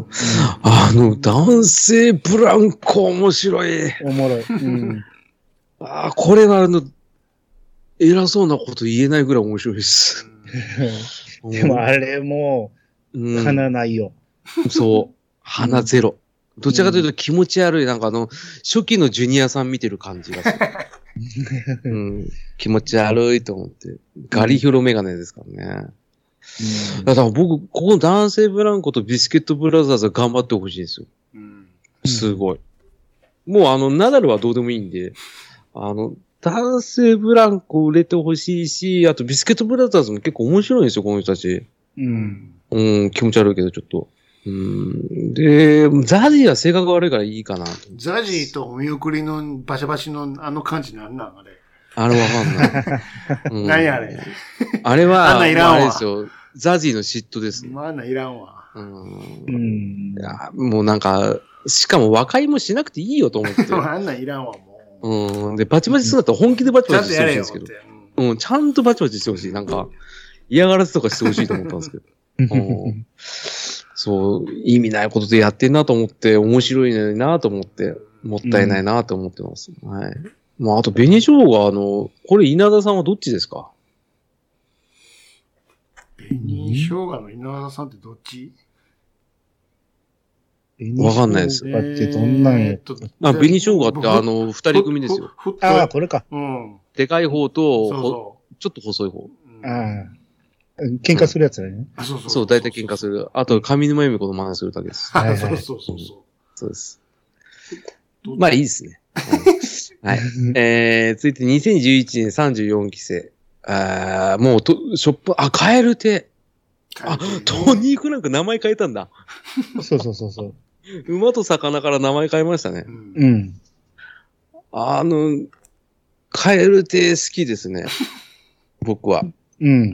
あの、男性ブランコ面白い。 おもろい。うん、 あこれがあの、偉そうなこと言えないぐらい面白いです。 でもあれもう、鼻ないよ。 そう。鼻ゼロ。どちらかというと気持ち悪い、なんかあの、初期のジュニアさん見てる感じがする。うん、気持ち悪いと思って。ガリヒョロメガネですからね。うん、だから僕、ここ男性ブランコとビスケットブラザーズは頑張ってほしいんですよ。うん、すごい。もうあの、ナダルはどうでもいいんで、あの、男性ブランコ売れてほしいし、あとビスケットブラザーズも結構面白いんですよ、この人たち。うん。うん、気持ち悪いけどちょっと。うん。で、ザジーは性格悪いからいいかな。 ザジーとお見送りのバシャバシのあの感じなんなんあれ。 あれわかんない。 うん、何あれ。 あれは、 あんないらんわ。 あれですよ。ザジーの嫉妬です、ね。 まあ、あんないらんわ。 うん。うん、いやもうなんか、しかも和解もしなくていいよと思って。 あんないらんわ、もう。うん。で、バチバチするんだったら本気でバチバチしてほしいんですけど。うん、ちゃんとバチバチしてほしい。なんか、嫌がらせとかしてほしいと思ったんですけど。うん、そう、意味ないことでやってんなと思って、面白いなと思って、もったいないなと思ってます。うん、はい。まあ、あと、紅生姜、あの、これ稲田さんはどっちですか？ 紅生姜の稲田さんってどっち？ わかんないです。 紅生姜ってどんなんやっと。 あ、紅生姜ってあの、二人組ですよ。 ああ、これか。 うん。 でかい方と、そうそうちょっと細い方。 ああ。喧嘩するやつだね。 そうそう。そう、大体喧嘩する。あと、上沼恵美子の真似するだけです。 はい、そうそうそう。 そうです。まあ、いいですね。はい。えー、続いてにせんじゅういちねんさんじゅうよんきせい。あー、もうと、ショップ、あ、カエル亭。あ、トニークなんか名前変えたんだ。 そうそうそうそう。 馬と魚から名前変えましたね。 うん。 あの、カエル亭好きですね。僕は。 うん。 う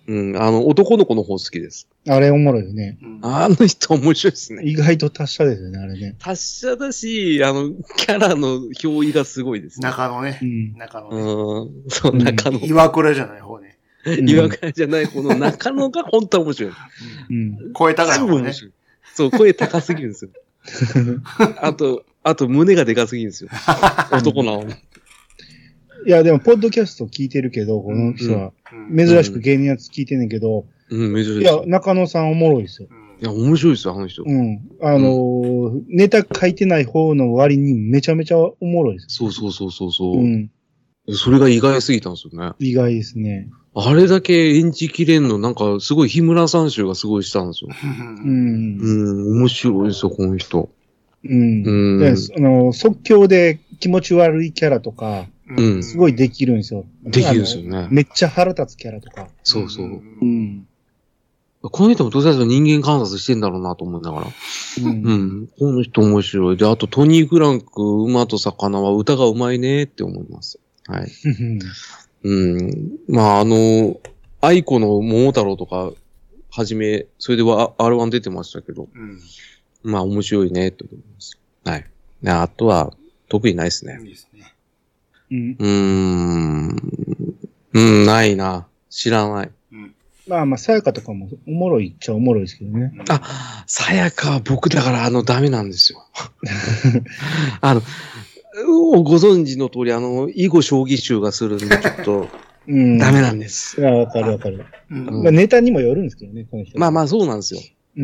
うん、あの、男の子の方好きです。 あれおもろいよね。 あの人面白いですね。 意外と達者ですよね、あれね。 達者だし、あの、キャラの憑依がすごいですね。 中野ね。 うん。 中野ね。 うん。そう、中野。 岩倉じゃない方ね。 岩倉じゃない方の中野が本当は面白い。 うん。 声高い方ね。 そう、声高すぎるんですよ。あと、あと胸がでかすぎるんですよ。男なのに。 いや、でも、ポッドキャスト聞いてるけど、この人は。珍しく芸人やつ聞いてんねんけど。 うん、珍しい。 いや、中野さんおもろいですよ。 いや、面白いですよ、あの人。 うん。あのー、うん、ネタ書いてない方の割にめちゃめちゃおもろいです。 そうそうそうそうそう。 うん。 それが意外すぎたんですよね。 意外ですね。 あれだけ演じきれんの、なんか、すごい日村さん集がすごいしたんですよ。 うん。 うん、面白いですよ、この人。 うん。うん。あの、即興で気持ち悪いキャラとか、うん。すごいできるんですよ。 できるんですよね。 めっちゃ腹立つキャラとか。 そうそう。 うん。 この人もどうせ人間観察してんだろうなと思いながら。うん。うん。この人面白い。で、あとトニー・フランク、馬と魚は歌がうまいねって思います。はい。うん。まあ、あの、愛子の桃太郎とか、はじめ、それでは アールワン 出てましたけど、うん、まあ面白いねって思います。はい。あとは、特にないですね。いいですね。うん。うーん。うん、ないな。知らない。うん、 まあまあ、さやかとかもおもろいっちゃおもろいですけどね。 あ、さやかは僕だからあのダメなんですよ。あの、ご存知の通り、あの、囲碁将棋集がするんで、ちょっと、うん、ダメなんです。 いや、わかるわかる。うんまあ、ネタにもよるんですけどね、この人。 まあまあ、そうなんですよ。うん、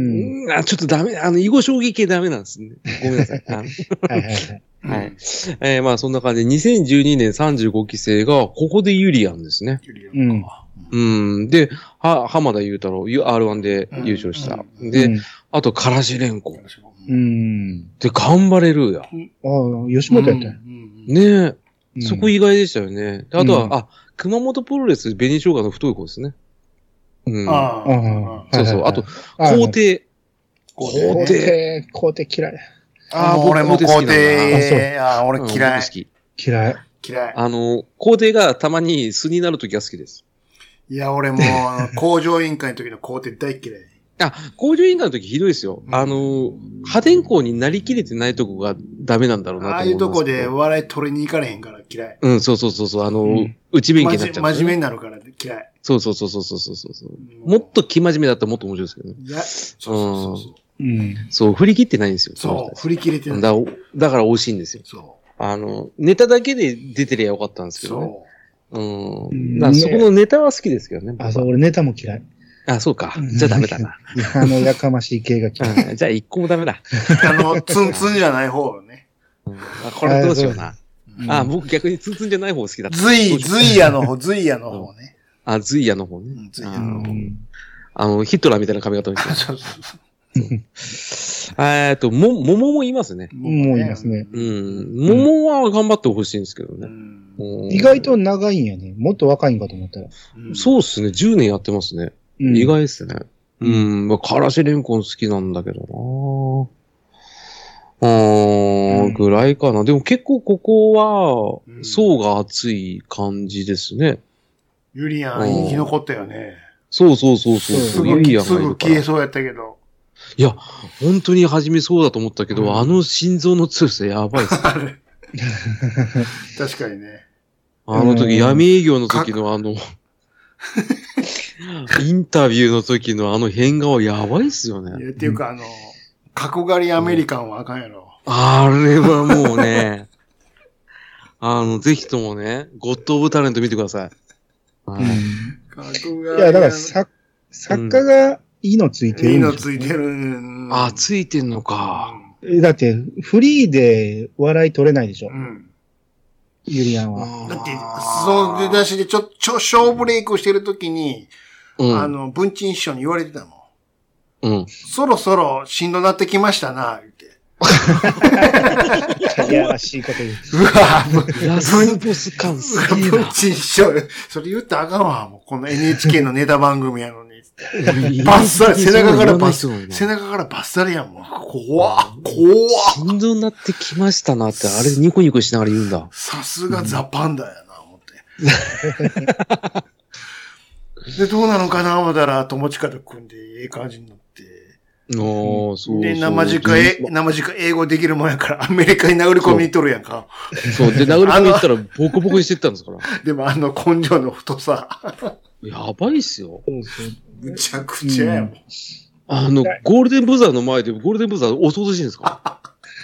あちょっとダメ、あの、囲碁将棋系ダメなんですね。ごめんなさい。はいはいはい。はい。えー、まあ、そんな感じで、にせんじゅうにねんさんじゅうごき生が、ここでユリアンですね。ユリアンか。うん。うん。で、は、浜田雄太郎、アールワン で優勝した。うん、で、うん、あと、からしれんこ。うん。で、頑張れるや。ああ、吉本やったん、 うん、ねえ、うん。そこ意外でしたよね。あとは、うん、あ、熊本プロレス、紅生姜の太い子ですね。うん。ああ。そうそう。あと、皇帝。 皇帝。皇帝嫌い。 ああ、俺も皇帝。ああ、俺嫌い。好き。 嫌い。 嫌い。 あの、皇帝がたまに素になるときが好きです。 いや、俺も、工場委員会の時の皇帝大嫌い。 あ、工場委員会の時ひどいですよ。うん、あの、破天荒になりきれてないとこがダメなんだろうなと思います。 ああいうとこで笑い取りに行かれへんから嫌い。 うん、そうそうそうそう。あの、うん、内弁慶になっちゃう、 ね。真面目になるから嫌い。 そうそうそうそうそうそうそう、うん。もっと生真面目だったらもっと面白いですけどね。いや、そうそうそう。うん。そう、振り切ってないんですよ。 そう、振り切れてない。 だ、だから惜しいんですよ。そう。あの、ネタだけで出てりゃよかったんですけどね。そう。うん。だからそこのネタは好きですけどね。 あ、そう、俺ネタも嫌い。 あ、そうか。じゃあダメだな。 あの、やかましい系が嫌い。じゃあ一個もダメだ。 あの、ツンツンじゃない方ね。 うん、あこれどうしような。あ、僕逆にツンツンじゃない方好きだった。 ズイ、ズイヤの方、ズイヤの方ね。 あ、ズイヤの方ね。ズイヤの方。あの、ヒトラーみたいな髪型にしてる。そうそうそう。えっと、も、桃もいますね。 桃いますね。 うん。桃は頑張ってほしいんですけどね。 意外と長いんやね。もっと若いんかと思ったら。 そうっすね。じゅうねんやってますね。意外っすね。うん。まあ、からしれんこん好きなんだけどなあー、ぐらいかな。でも結構ここは、層が厚い感じですね。 ユリアン生き残ったよね。 そうそうそうそう。すぐ、すぐ消えそうやったけど。 いや、本当に初めそうだと思ったけど、うん、あの心臓の強さやばいっすね。 確かにね。 あの時、闇営業の時のあの、インタビューの時のあの変顔やばいっすよね。 いや、っていうかあの、角刈りアメリカンはあかんやろ。 あれはもうね、あの、ぜひともね、ゴッド・オブ・タレント見てください。 はい、いや、だから作、作家がいいのついてるんいいのついてる。 あ、ついてんのか。 だって、フリーで笑い取れないでしょ。うん。ユリアンは。 だって、そう出だしでちょ、ちょ、小ブレイクしてるときに、うん、あの、文鎮師匠に言われてたもん。うん。そろそろしんどなってきましたな、言って。 いやらしいこと言う。 うわラスボス感すげえな。 文鎮師匠、それ言ったらあかんわ、もうこの エヌエイチケー のネタ番組やのに。バッサリ、背中からバッサリ、背中からバッサリやん、もう。怖っ、怖っ。 心臓になってきましたなって、あれニコニコしながら言うんだ。 さすがザ・パンダやな、思って。 で、どうなのかな思ったら、友近と組んで、ええ感じになって。 ああ、そうそう。 で、生直え、生直英語できるもんやから、アメリカに殴り込みに行っとるやんか。 そう。で、殴り込みに行ったら、ボコボコにしてったんですから。 でも、あの根性の太さ。 やばいっすよ。 むちゃくちゃやもん。 あの、ゴールデンブザーの前で、ゴールデンブザー襲おうとしてるんですか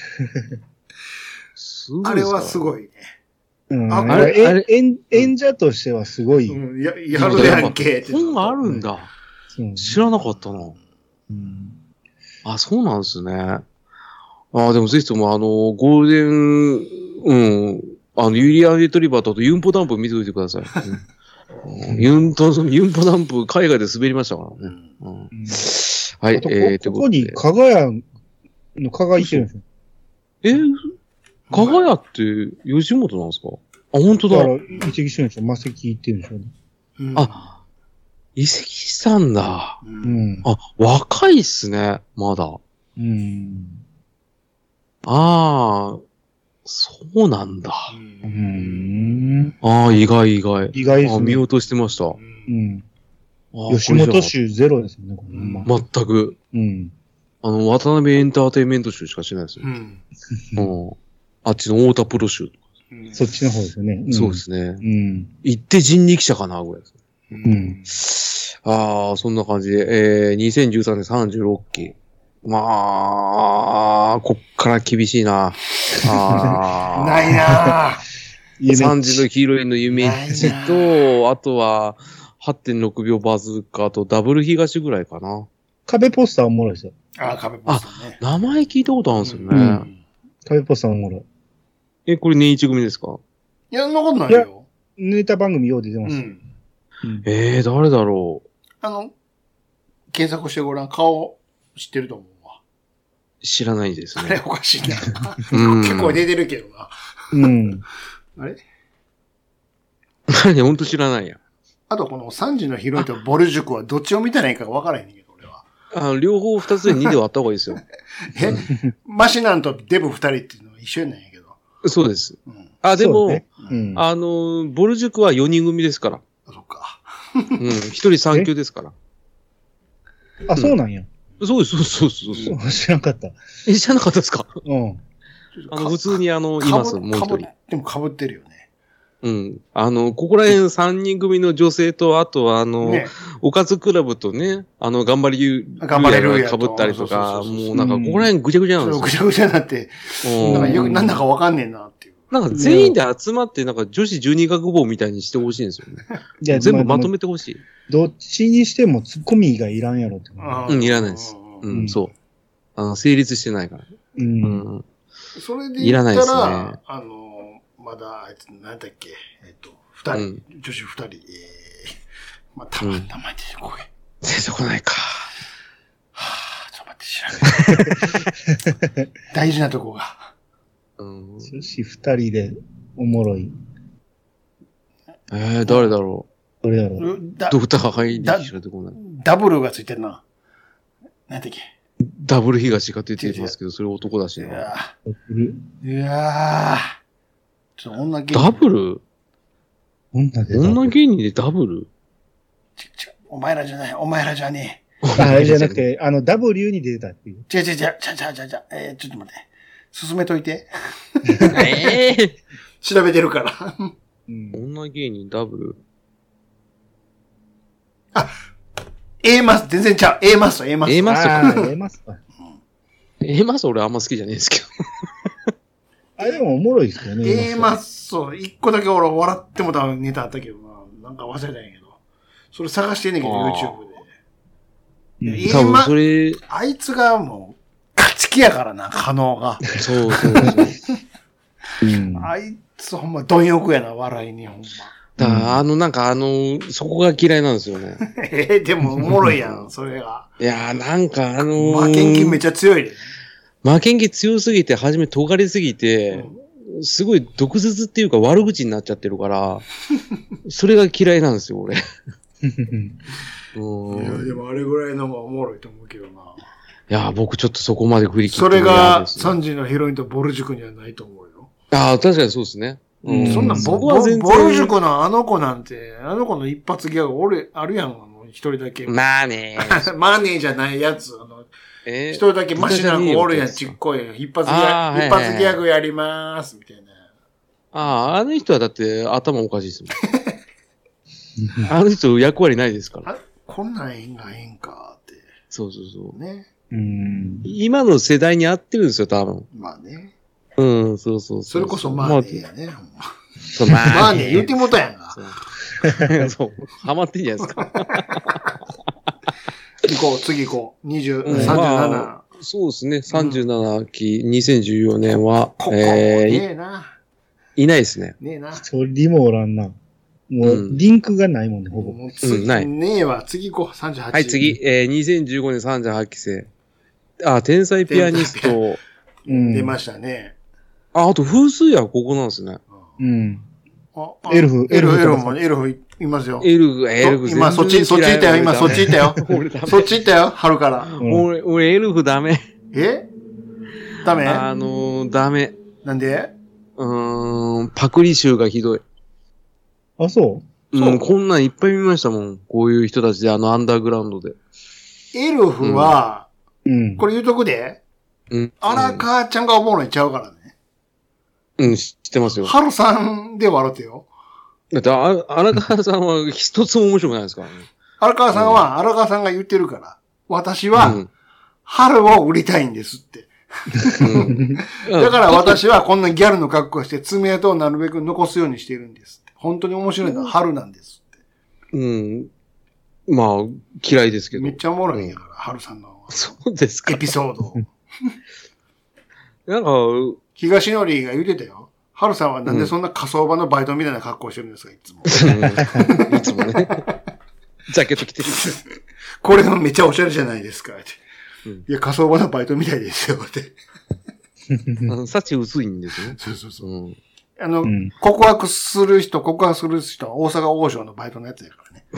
すごい。 あれはすごいね。 うん、あれ、あれ演、演者としてはすごい。 うん、や、やるやんけって。 本があるんだ。うん、知らなかったな。うん、あ、そうなんですね。ああ、でもぜひともあの、ゴールデン、うん、あの、ユリアン・レトリバーとユンポダンプ見ておいてください。うん、ユンポ、ユンポダンプ海外で滑りましたからね。うんうん、はい、 えー、と、ここに、かがやのかがいてるんですよ。 えーかがやって、吉本なんですか？あ、本当だ。 だから、移籍してるんでしょ？魔石行ってるんでしょうね。 うん、あ、移籍したんだ。 うん。 あ、若いっすね、まだ。 うん。 ああ、そうなんだ。 うん。 ああ、意外意外。 意外ですね。 あ、見落としてました。 うん。吉本州ゼロですね、これ、 うん、全く。 うん。 あの、渡辺エンターテインメント州しかしないですよ。うん。うんあっちの太田プロ州とか。 そっちの方ですよね。 うん、そうですね。 うん。 行って人力車かな、ぐらいです。 うん。ああ、そんな感じで、えー、にせんじゅうさんねんさんじゅうろっき。まあ、こっから厳しいな。あないなぁ。さんじのヒーロインの夢っちと、あとは、はってんろくびょうバズーカとダブル東ぐらいかな。 壁ポスターおもろいですよ。 ああ、壁ポスターね。 あ、名前聞いたことあるんですよね。うんうん壁ポスターおもろい。 え、これ年一組ですか？ いや、そんなことないよ。 ネタ番組よう出てます。うんうん、 えー、誰だろう。 あの、検索してごらん。顔知ってると思うわ。 知らないですね。 あれおかしいな。結構出てるけどな。 うん。 あれ何ほんと知らないや。 あとこのさんじのヒロインとボル塾はどっちを見たらいいか分からへんねんけど、俺は。 あの、両方二つでにで割った方がいいですよ。 えマシナンとデブ二人っていうのは一緒なんやけど。 そうです。うん、あ、でも、 ねうん、 あの、ボル塾はよにん組ですから。 あ、そっか。 うん、一人三級ですから。 あ、そうなんや。 そうです、そうです、そうです。 知らなかった。 え、知らなかったですか？ うん。 あの、普通にあの、います、もう一人。 でも被ってるよね。 うん。あの、ここら辺さんにん組の女性と、あとはあの、ね、おかずクラブとね、あの、頑張りゆ、 頑張れるや被ったりとか、もうなんか、ここら辺ぐちゃぐちゃなんですよ。 ぐちゃぐちゃになって、なんかよく、なんだかわかんねえなっていう。 なんか全員で集まって、なんか女子十二学坊みたいにしてほしいんですよね。いや全部まとめてほしい。 どっちにしてもツッコミがいらんやろって。 うん、いらないです。うん、そう。あの、成立してないから。 うん。 それで言ったら、あの、まだ、あいつ、なんだっけ、えっと、二人、女子二人、えー、まあ、たま、名前出てこい。 出てこないか。 はぁ、ちょっと待って、調べて。大事なとこが。 うん。女子二人で、おもろい。 えー、誰だろう誰だろうドクターハイにしか出てこない。 ダブルがついてるな。なんだっけダブル東が出てますけど、それ男だしな。 いやー。いやー。ちょっと女芸人。 ダブル女で女芸人でダブルちちお前らじゃない、お前らじゃねえ。あれじゃなくて、あの、W に出てたっていう。 違う違う違う、ちゃちゃちゃちゃ、えー、ちょっと待って。進めといて。 ええー、 調べてるから。 うん、女芸人ダブルあ、A マス、全然ちゃう。A マス、A マス。 A マスか。A マスか。 A マス俺あんま好きじゃないですけど。 あれでもおもろいですよね。 A マス、そう、一個だけ俺笑ってもたネタあったけどな。なんか忘れたんやけど。それ探してんねんけど、YouTube で。 多分それ、 あいつがもう、勝ち気やからな、可能が。 そうそうそう。 うん、 あいつほんま、貪欲やな、笑いにほんま。 だから、あの、なんかあの、そこが嫌いなんですよね。 えー、でもおもろいやん、それが。 いやー、なんかあのー、 負けん気めっちゃ強いで。 負けん気強すぎて、はじめ尖りすぎて、うん、すごい毒舌っていうか悪口になっちゃってるから、それが嫌いなんですよ、俺。 うん、いや、でもあれぐらいのがおもろいと思うけどな。 いや、僕ちょっとそこまで振り切って、 ね。それがさんじのヒロインとボル塾にはないと思うよ。 ああ、確かにそうですね。 うん、そんなボ、ボ、ボル塾のあの子なんて、あの子の一発ギャグ、俺、あるやん、一人だけ。 まあねマネーじゃないやつ。あのえー、一人だけマシな子おるやん、ちっこい。一発ギャグ、一発ギャグやりまーす、みたいな。 ああ、あの人はだって頭おかしいですもん。あの人役割ないですから。 こんなんええんがええんかって。 そうそうそう。 ね。 うん。 今の世代に合ってるんですよ、多分。 まあね。 うん、そうそうそう。 それこそまあねやね。 そう、まあね。 まあね、言うてもたやんか。 そう。そう。ハマってんじゃないですか。 行こう、次行こう。にじゅう、さんじゅうなな。 そうですね。さんじゅうなな期、にせんじゅうよねんは、 ここえー、ねえな。 いないですね。 ねえな。 一人もおらんな。もう、リンクがないもんね、ほぼ。 もう次、うん、ない。ねえわ。次行こう、さんじゅうはち。 はい、次。えー、にせんじゅうごねんさんじゅうはち期生。あ、天才ピアニスト。 うん、出ましたね。 あ、あと、風水屋はここなんですね。 うん。あ、エルフ、 エルフ、エルフも、エルフいますよ。 エルフ、エルフ。 今、そっち、そっち行ったよ、今、そっち行ったよ。そっち行ったよ、春から。 俺、俺、エルフダメ。 えダメあのー、ダメ。 なんでうーん、パクリ集がひどい。 あ、そううん、こんなんいっぱい見ましたもん。こういう人たちで、あの、アンダーグラウンドで。 エルフは、 うん、 これ言うとくで、うん。荒川ちゃんがおもろいちゃうからね。 うん、知ってますよ。 春さんで笑ってよ。 だって、あ、荒川さんは一つも面白くないですからね。 荒川さんは、荒川さんが言ってるから、私は、春を売りたいんですって。うん、だから私はこんなギャルの格好をして爪痕をなるべく残すようにしているんですって。本当に面白いのは春なんですって。 うん。まあ、嫌いですけど。 めっちゃおもろいんやから、うん、春さんの。 そうですか。 エピソード。 なんか、 東のりが言ってたよ。春さんはなんでそんな火葬場のバイトみたいな格好してるんですか、いつも。 うん、いつもね。ジャケット着てる。 これがめっちゃおしゃれじゃないですかって。うん、いや、火葬場のバイトみたいですよって。 幸薄いんですよ。 そうそうそう。 うん、 あの、うん、告白する人、告白する人は大阪王将のバイトのやつやからね。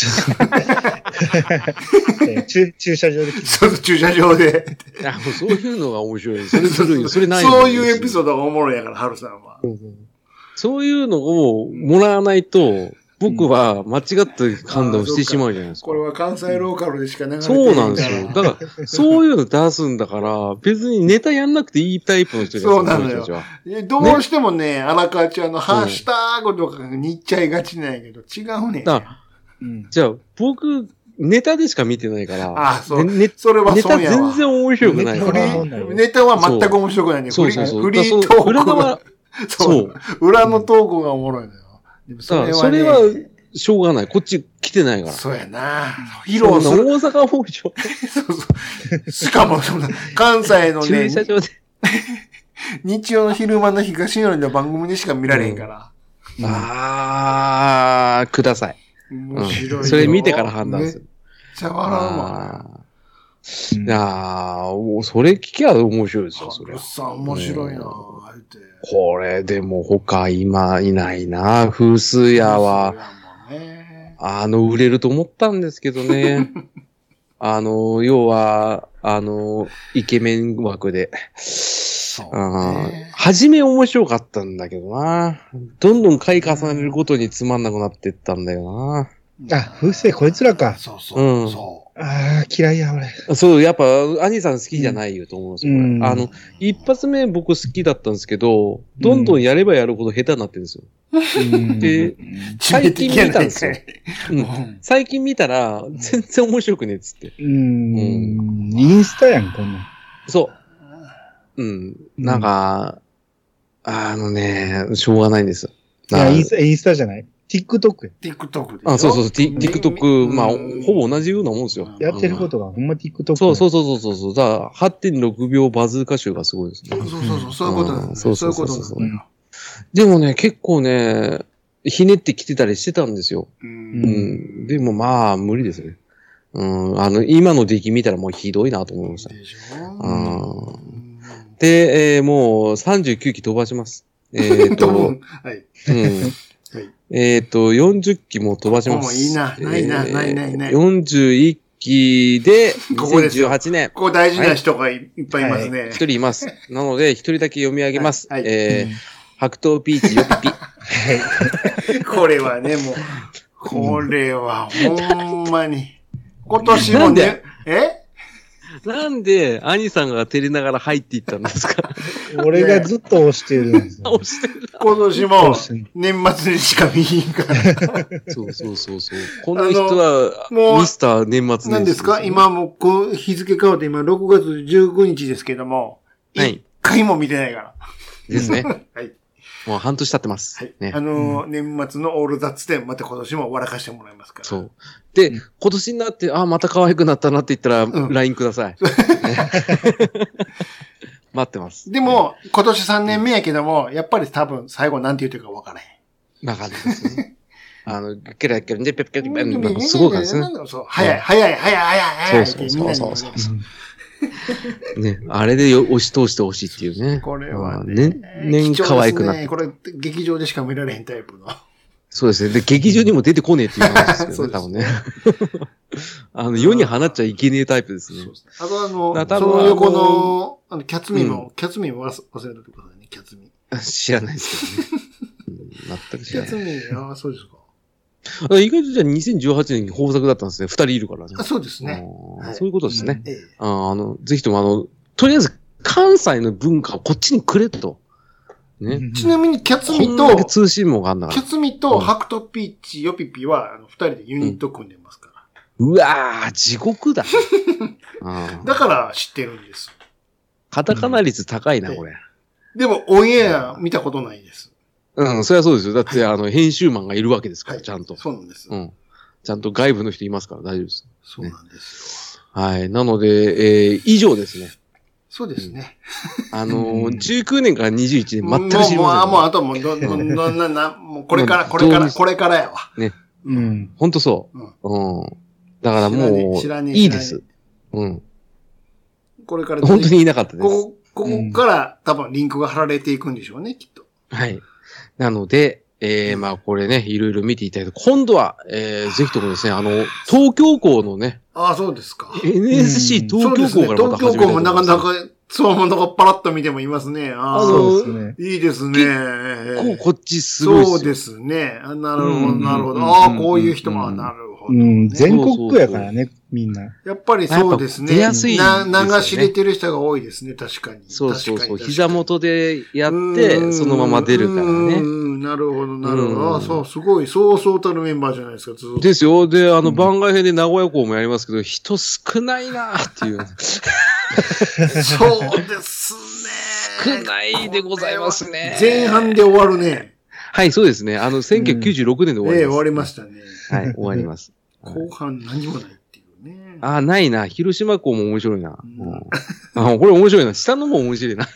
駐, 駐車場で。 そうそう、駐車場で。 いや、もうそういうのが面白い。それずるい。それない。 そういうエピソードがおもろいやから、春さんは。 うん、そういうのをもらわないと、僕は間違った判断をしてしまうじゃないですか。 これは関西ローカルでしか流れてない。そうなんですよ。だから、そういうの出すんだから、別にネタやんなくていいタイプの人じゃないですか。 そうなのよ。どうしてもね、荒川ちゃんのハッシュタグとかに行っちゃいがちなんやけど、違うね。 だうん、じゃあ、僕、ネタでしか見てないから。 ああ、そう。ね、それはそうやわ。 ネタ全然面白くないから。 ネタは全く面白くないね。 そうそうそう。 フリートーク。 裏側、 そう。裏のトークがおもろいのよ。 でもそれは、ね、それは、しょうがない。こっち来てないから。 そうやな。披露する。 大阪王将。 そうそう。しかも、そんな、関西のね、 駐車場で日曜の昼間の東寄りの番組でしか見られへんから。 うん、あー、ください。 面白い、うん。 それ見てから判断する。 めっちゃ笑うわ。 いやー、それ聞きゃ面白いですよ、それ。 さん面白いな、あえて。 これ、でも他今いないな、風水屋は。あの、売れると思ったんですけどね。あの、要は、あの、イケメン枠で。 そうね。 初め面白かったんだけどな。どんどん回重ねるごとにつまんなくなっていったんだよな。 あ、風水こいつらか。 そうそう。うん、そう。 ああ、嫌いや、俺。 そう、やっぱ、兄さん好きじゃないよと思うんですよ。うん、あの、一発目僕好きだったんですけど、どんどんやればやるほど下手になってるんですよ。うん、で、最近見たんですよ。うん、最近見たら、全然面白くねえっつって。 うん。うん、インスタやん、こんなん。 そう。うん。なんか、あのね、しょうがないんです。 いや、インスタ、インスタじゃない。TikTok。 TikTok で。 あ、そうそう、TikTok、まあ、ほぼ同じようなもんですよ。 やってることが、ほんま TikTok。 そうそうそうそうそう。だから、はってんろくびょうバズーカ集がすごいですね。 そうそうそう、そういうことなんですね。そういうことなんだよ。 でもね、結構ね、ひねってきてたりしてたんですよ。うん。でもまあ、無理ですね。うん。あの、今の出来見たらもうひどいなと思いました。でしょ。で、えー、もうさんじゅうきゅうき飛ばします。えっと、はい。うん。はい、えっ、ー、と、よんじゅっきも飛ばします。 もういいな、ないな、えー、ないないない。 よんじゅういっきで、にせんじゅうはちねん。 ここ大事な人がいっぱいいますね。 一、はい、人います。なので、一人だけ読み上げます。はいはい、えー、 白桃ピーチよぴぴ。 これはね、もう、これはほんまに。今年もね、えなんで、兄さんが照れながら入っていったんですか？ 俺がずっと押してるんですよ。 押してる。 今年も年末にしか見ひんから。 そうそうそうそう。この人は、ミスター年末年始、 何ですか？今もうこう日付変わって今ろくがつじゅうくにちですけども、はい。一回も見てないから。 ですね。 はい。 もう半年経ってます。はい。 ね、あのー、うん、年末のオールザッツでまた今年も笑かしてもらいますから。 そう。で、うん、今年になって、あ、また可愛くなったなって言ったら、うん、ライン ください。待ってます。 でも、今年さんねんめやけども、やっぱり多分最後なんて言うてるか分からへん。 わかんないですね。あの、ケラケラでペペペペペペすごいからですね。 そう、早い、早い、早い、早い、 早い。そうそうそうそう。ね、あれで押し通してほしいっていうね。 これはね、 年可愛くなって。 これ、劇場でしか見られへんタイプの。 そうですね。で、劇場にも出てこねえっていう話ですけどね、多分ね。あの、世に放っちゃいけねえタイプですね。 あとあの、その横の、あの、キャツミも、キャツミも忘れてくださいね、キャツミ。 知らないですけどね。全く知らない。 キャツミ、ああ、そうですか。 意外とじゃあにせんじゅうはちねんに豊作だったんですね。二人いるからね。 あ、そうですね。 そういうことですね。ああの、ぜひともあの、とりあえず関西の文化をこっちにくれと。ね。 ちなみにキャツミと、 通信網があんだから。 キャツミとハクトピーチ、ヨピピは、あの、二人でユニット組んでますから。 うわぁ、地獄だ。 だから知ってるんです。 カタカナ率高いな、これ。 でも、オンエア見たことないです。 うん、それはそうですよ。だって、あの、編集マンがいるわけですから、ちゃんと。 そうなんです。 うん。ちゃんと外部の人いますから大丈夫です。 そうなんですよ。はい。なので、えー、以上ですね。 そうですね。 あの、じゅうきゅうねんからにじゅういちねん全く知りません。 もう、もう、もう、あともう、ど、ど、ど、な、な、もう、これから、これから、これからやわ。 ね。うん。ほんとそう。うん。だからもう、いいです。うん。 これから。 本当にいなかったです。 ここ、ここから多分リンクが貼られていくんでしょうね、きっと。 はい。なので、えー、まあこれね、いろいろ見ていただいて、今度は、えー、ぜひともですね、あの、東京校のね。 ああ、そうですか。 エヌエスシー 東京校からまた始めたいと思います。 東京校もなかなか、そうものがパラッと見てもいますね。ああ、そうですね。いいですね。 こう、こっちすごいですよ。 そうですね。あなるほど、なるほど。ああ、こういう人も、なるほど。 うん、全国区やからね、みんな。 やっぱりそうですね。 出やすい。 な、流し入れてる人が多いですね、確かに。 そうそうそう。膝元でやって、そのまま出るからね。 なるほど、なるほど。あ、そう、すごい、そうそうたるメンバーじゃないですか、ずっと。 ですよ。で、あの、番外編で名古屋校もやりますけど、人少ないなーっていう。 そうですね。少ないでございますね。 前半で終わるね。 はい、そうですね。あの、せんきゅうひゃくきゅうじゅうろくねんで終わります。ええ、終わりましたね。 はい、終わります。 後半何もないっていうね。 ああ、ないな。広島校も面白いな。あ、これ面白いな。下のも面白いな。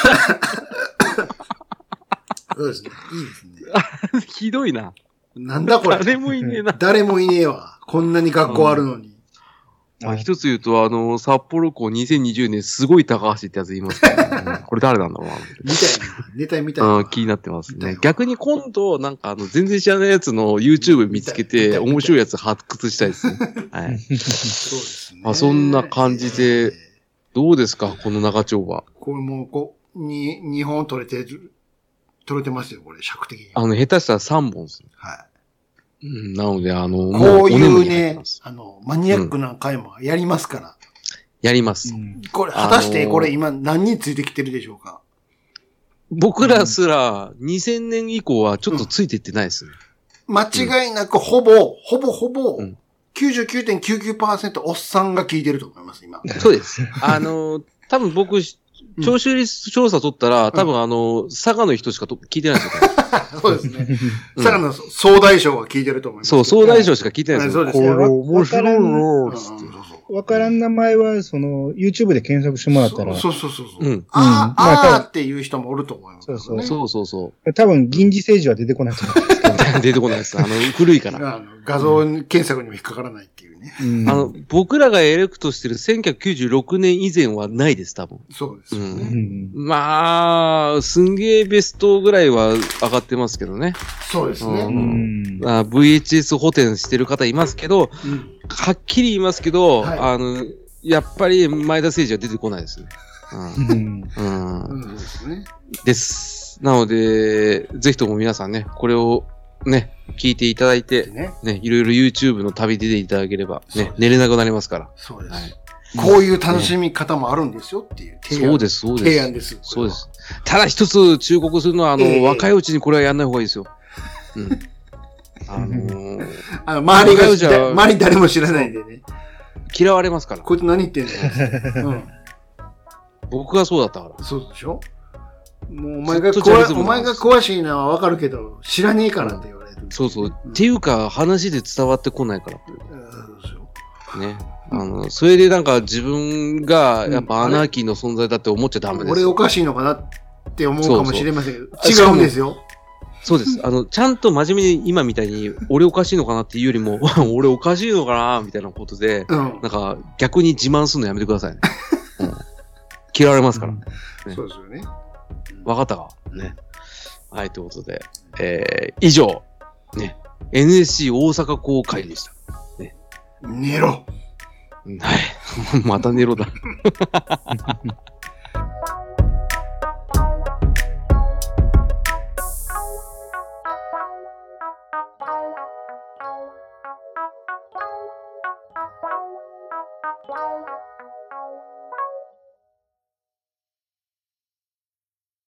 そうですね。いいですね。 ひどいな。 なんだこれ。 誰もいねえな。 誰もいねえわ。こんなに学校あるのに。 まあ、一つ言うと、あの、札幌校にせんにじゅうねんすごい高橋ってやつ言いますから、ね、これ誰なんだろうな。 みたいな。ネタみたいな。 気になってますね。逆に今度、なんかあの、全然知らないやつの YouTube 見つけて、面白いやつ発掘したいですね。はい。そうですね。まあ、そんな感じで、どうですかこの長丁場。 これもう、こう、に、にほん取れてる、取れてますよ、これ、尺的に。 あの、下手したらさんぼんですね。 はい。 うん、なので、あの、 こういうね、あの、マニアックな回もやりますから。うん、 やります。 これ、果たしてこれ今何人ついてきてるでしょうか？ 僕らすらにせんねん以降はちょっとついていってないですね。 うん、間違いなくほぼ、ほぼほぼ、きゅうじゅうきゅうてんきゅうきゅうパーセント おっさんが聞いてると思います、今。 そうです。あの、多分僕、聴取率調査取ったら、多分あの、佐賀の人しかと聞いてないですよ。 そうですね。佐賀の総大将が聞いてると思います。 そう、総大将しか聞いてないですよ。 そうですね。面白いのわからん名前は、その、YouTube で検索してもらったら。 そうそうそうそう。うん。ああ、ああっていう人もおると思います。 そうそう。 そうそうそう。 多分、銀次政治は出てこないと思うんですけど。 出てこないです。あの、古いから。 画像検索にも引っかからないっていうね。 あの、僕らがエレクトしてるせんきゅうひゃくきゅうじゅうろくねん以前はないです、多分。 そうですよね。 まあ、すんげーベストぐらいは上がってますけどね。 そうですね。 ブイエイチエス 補填してる方いますけど、はっきり言いますけど、あの、やっぱり前田誠司は出てこないですね。うん。うん。です。 なので、ぜひとも皆さんね、これをね、聞いていただいて、ね、ねいろいろ YouTube の旅出ていただければ、ね、寝れなくなりますから。 そうです。はい、こういう楽しみ方もあるんですよっていう提案。 そうです、そうです。 提案です。 そうです。ただ一つ忠告するのは、あの、えー、若いうちにこれはやんない方がいいですよ。うん。あのー、 あの周りが、周り誰も知らないんでね。 嫌われますから。 こいつ何言ってんの、うん、 僕がそうだったから。 そうでしょもうお前が詳、お前が詳しいのはわかるけど、知らねえからって言われる。 そうそう。うん、っていうか、話で伝わってこないから。うん、ね。あの、それでなんか自分がやっぱアナーキーの存在だって思っちゃダメですよ。 俺おかしいのかなって思うかもしれませんけど、そうそう違うんですよ。 そうです。あの、ちゃんと真面目に今みたいに、俺おかしいのかなっていうよりも、俺おかしいのかなみたいなことで、うん、なんか逆に自慢するのやめてくださいね。うん、嫌われますから。うんね、 そうですよね。 わかったかね。はい、ということで、えー、以上、ね、エヌエスシー 大阪公開でした。ね、 寝ろ。 はい。また寝ろだ。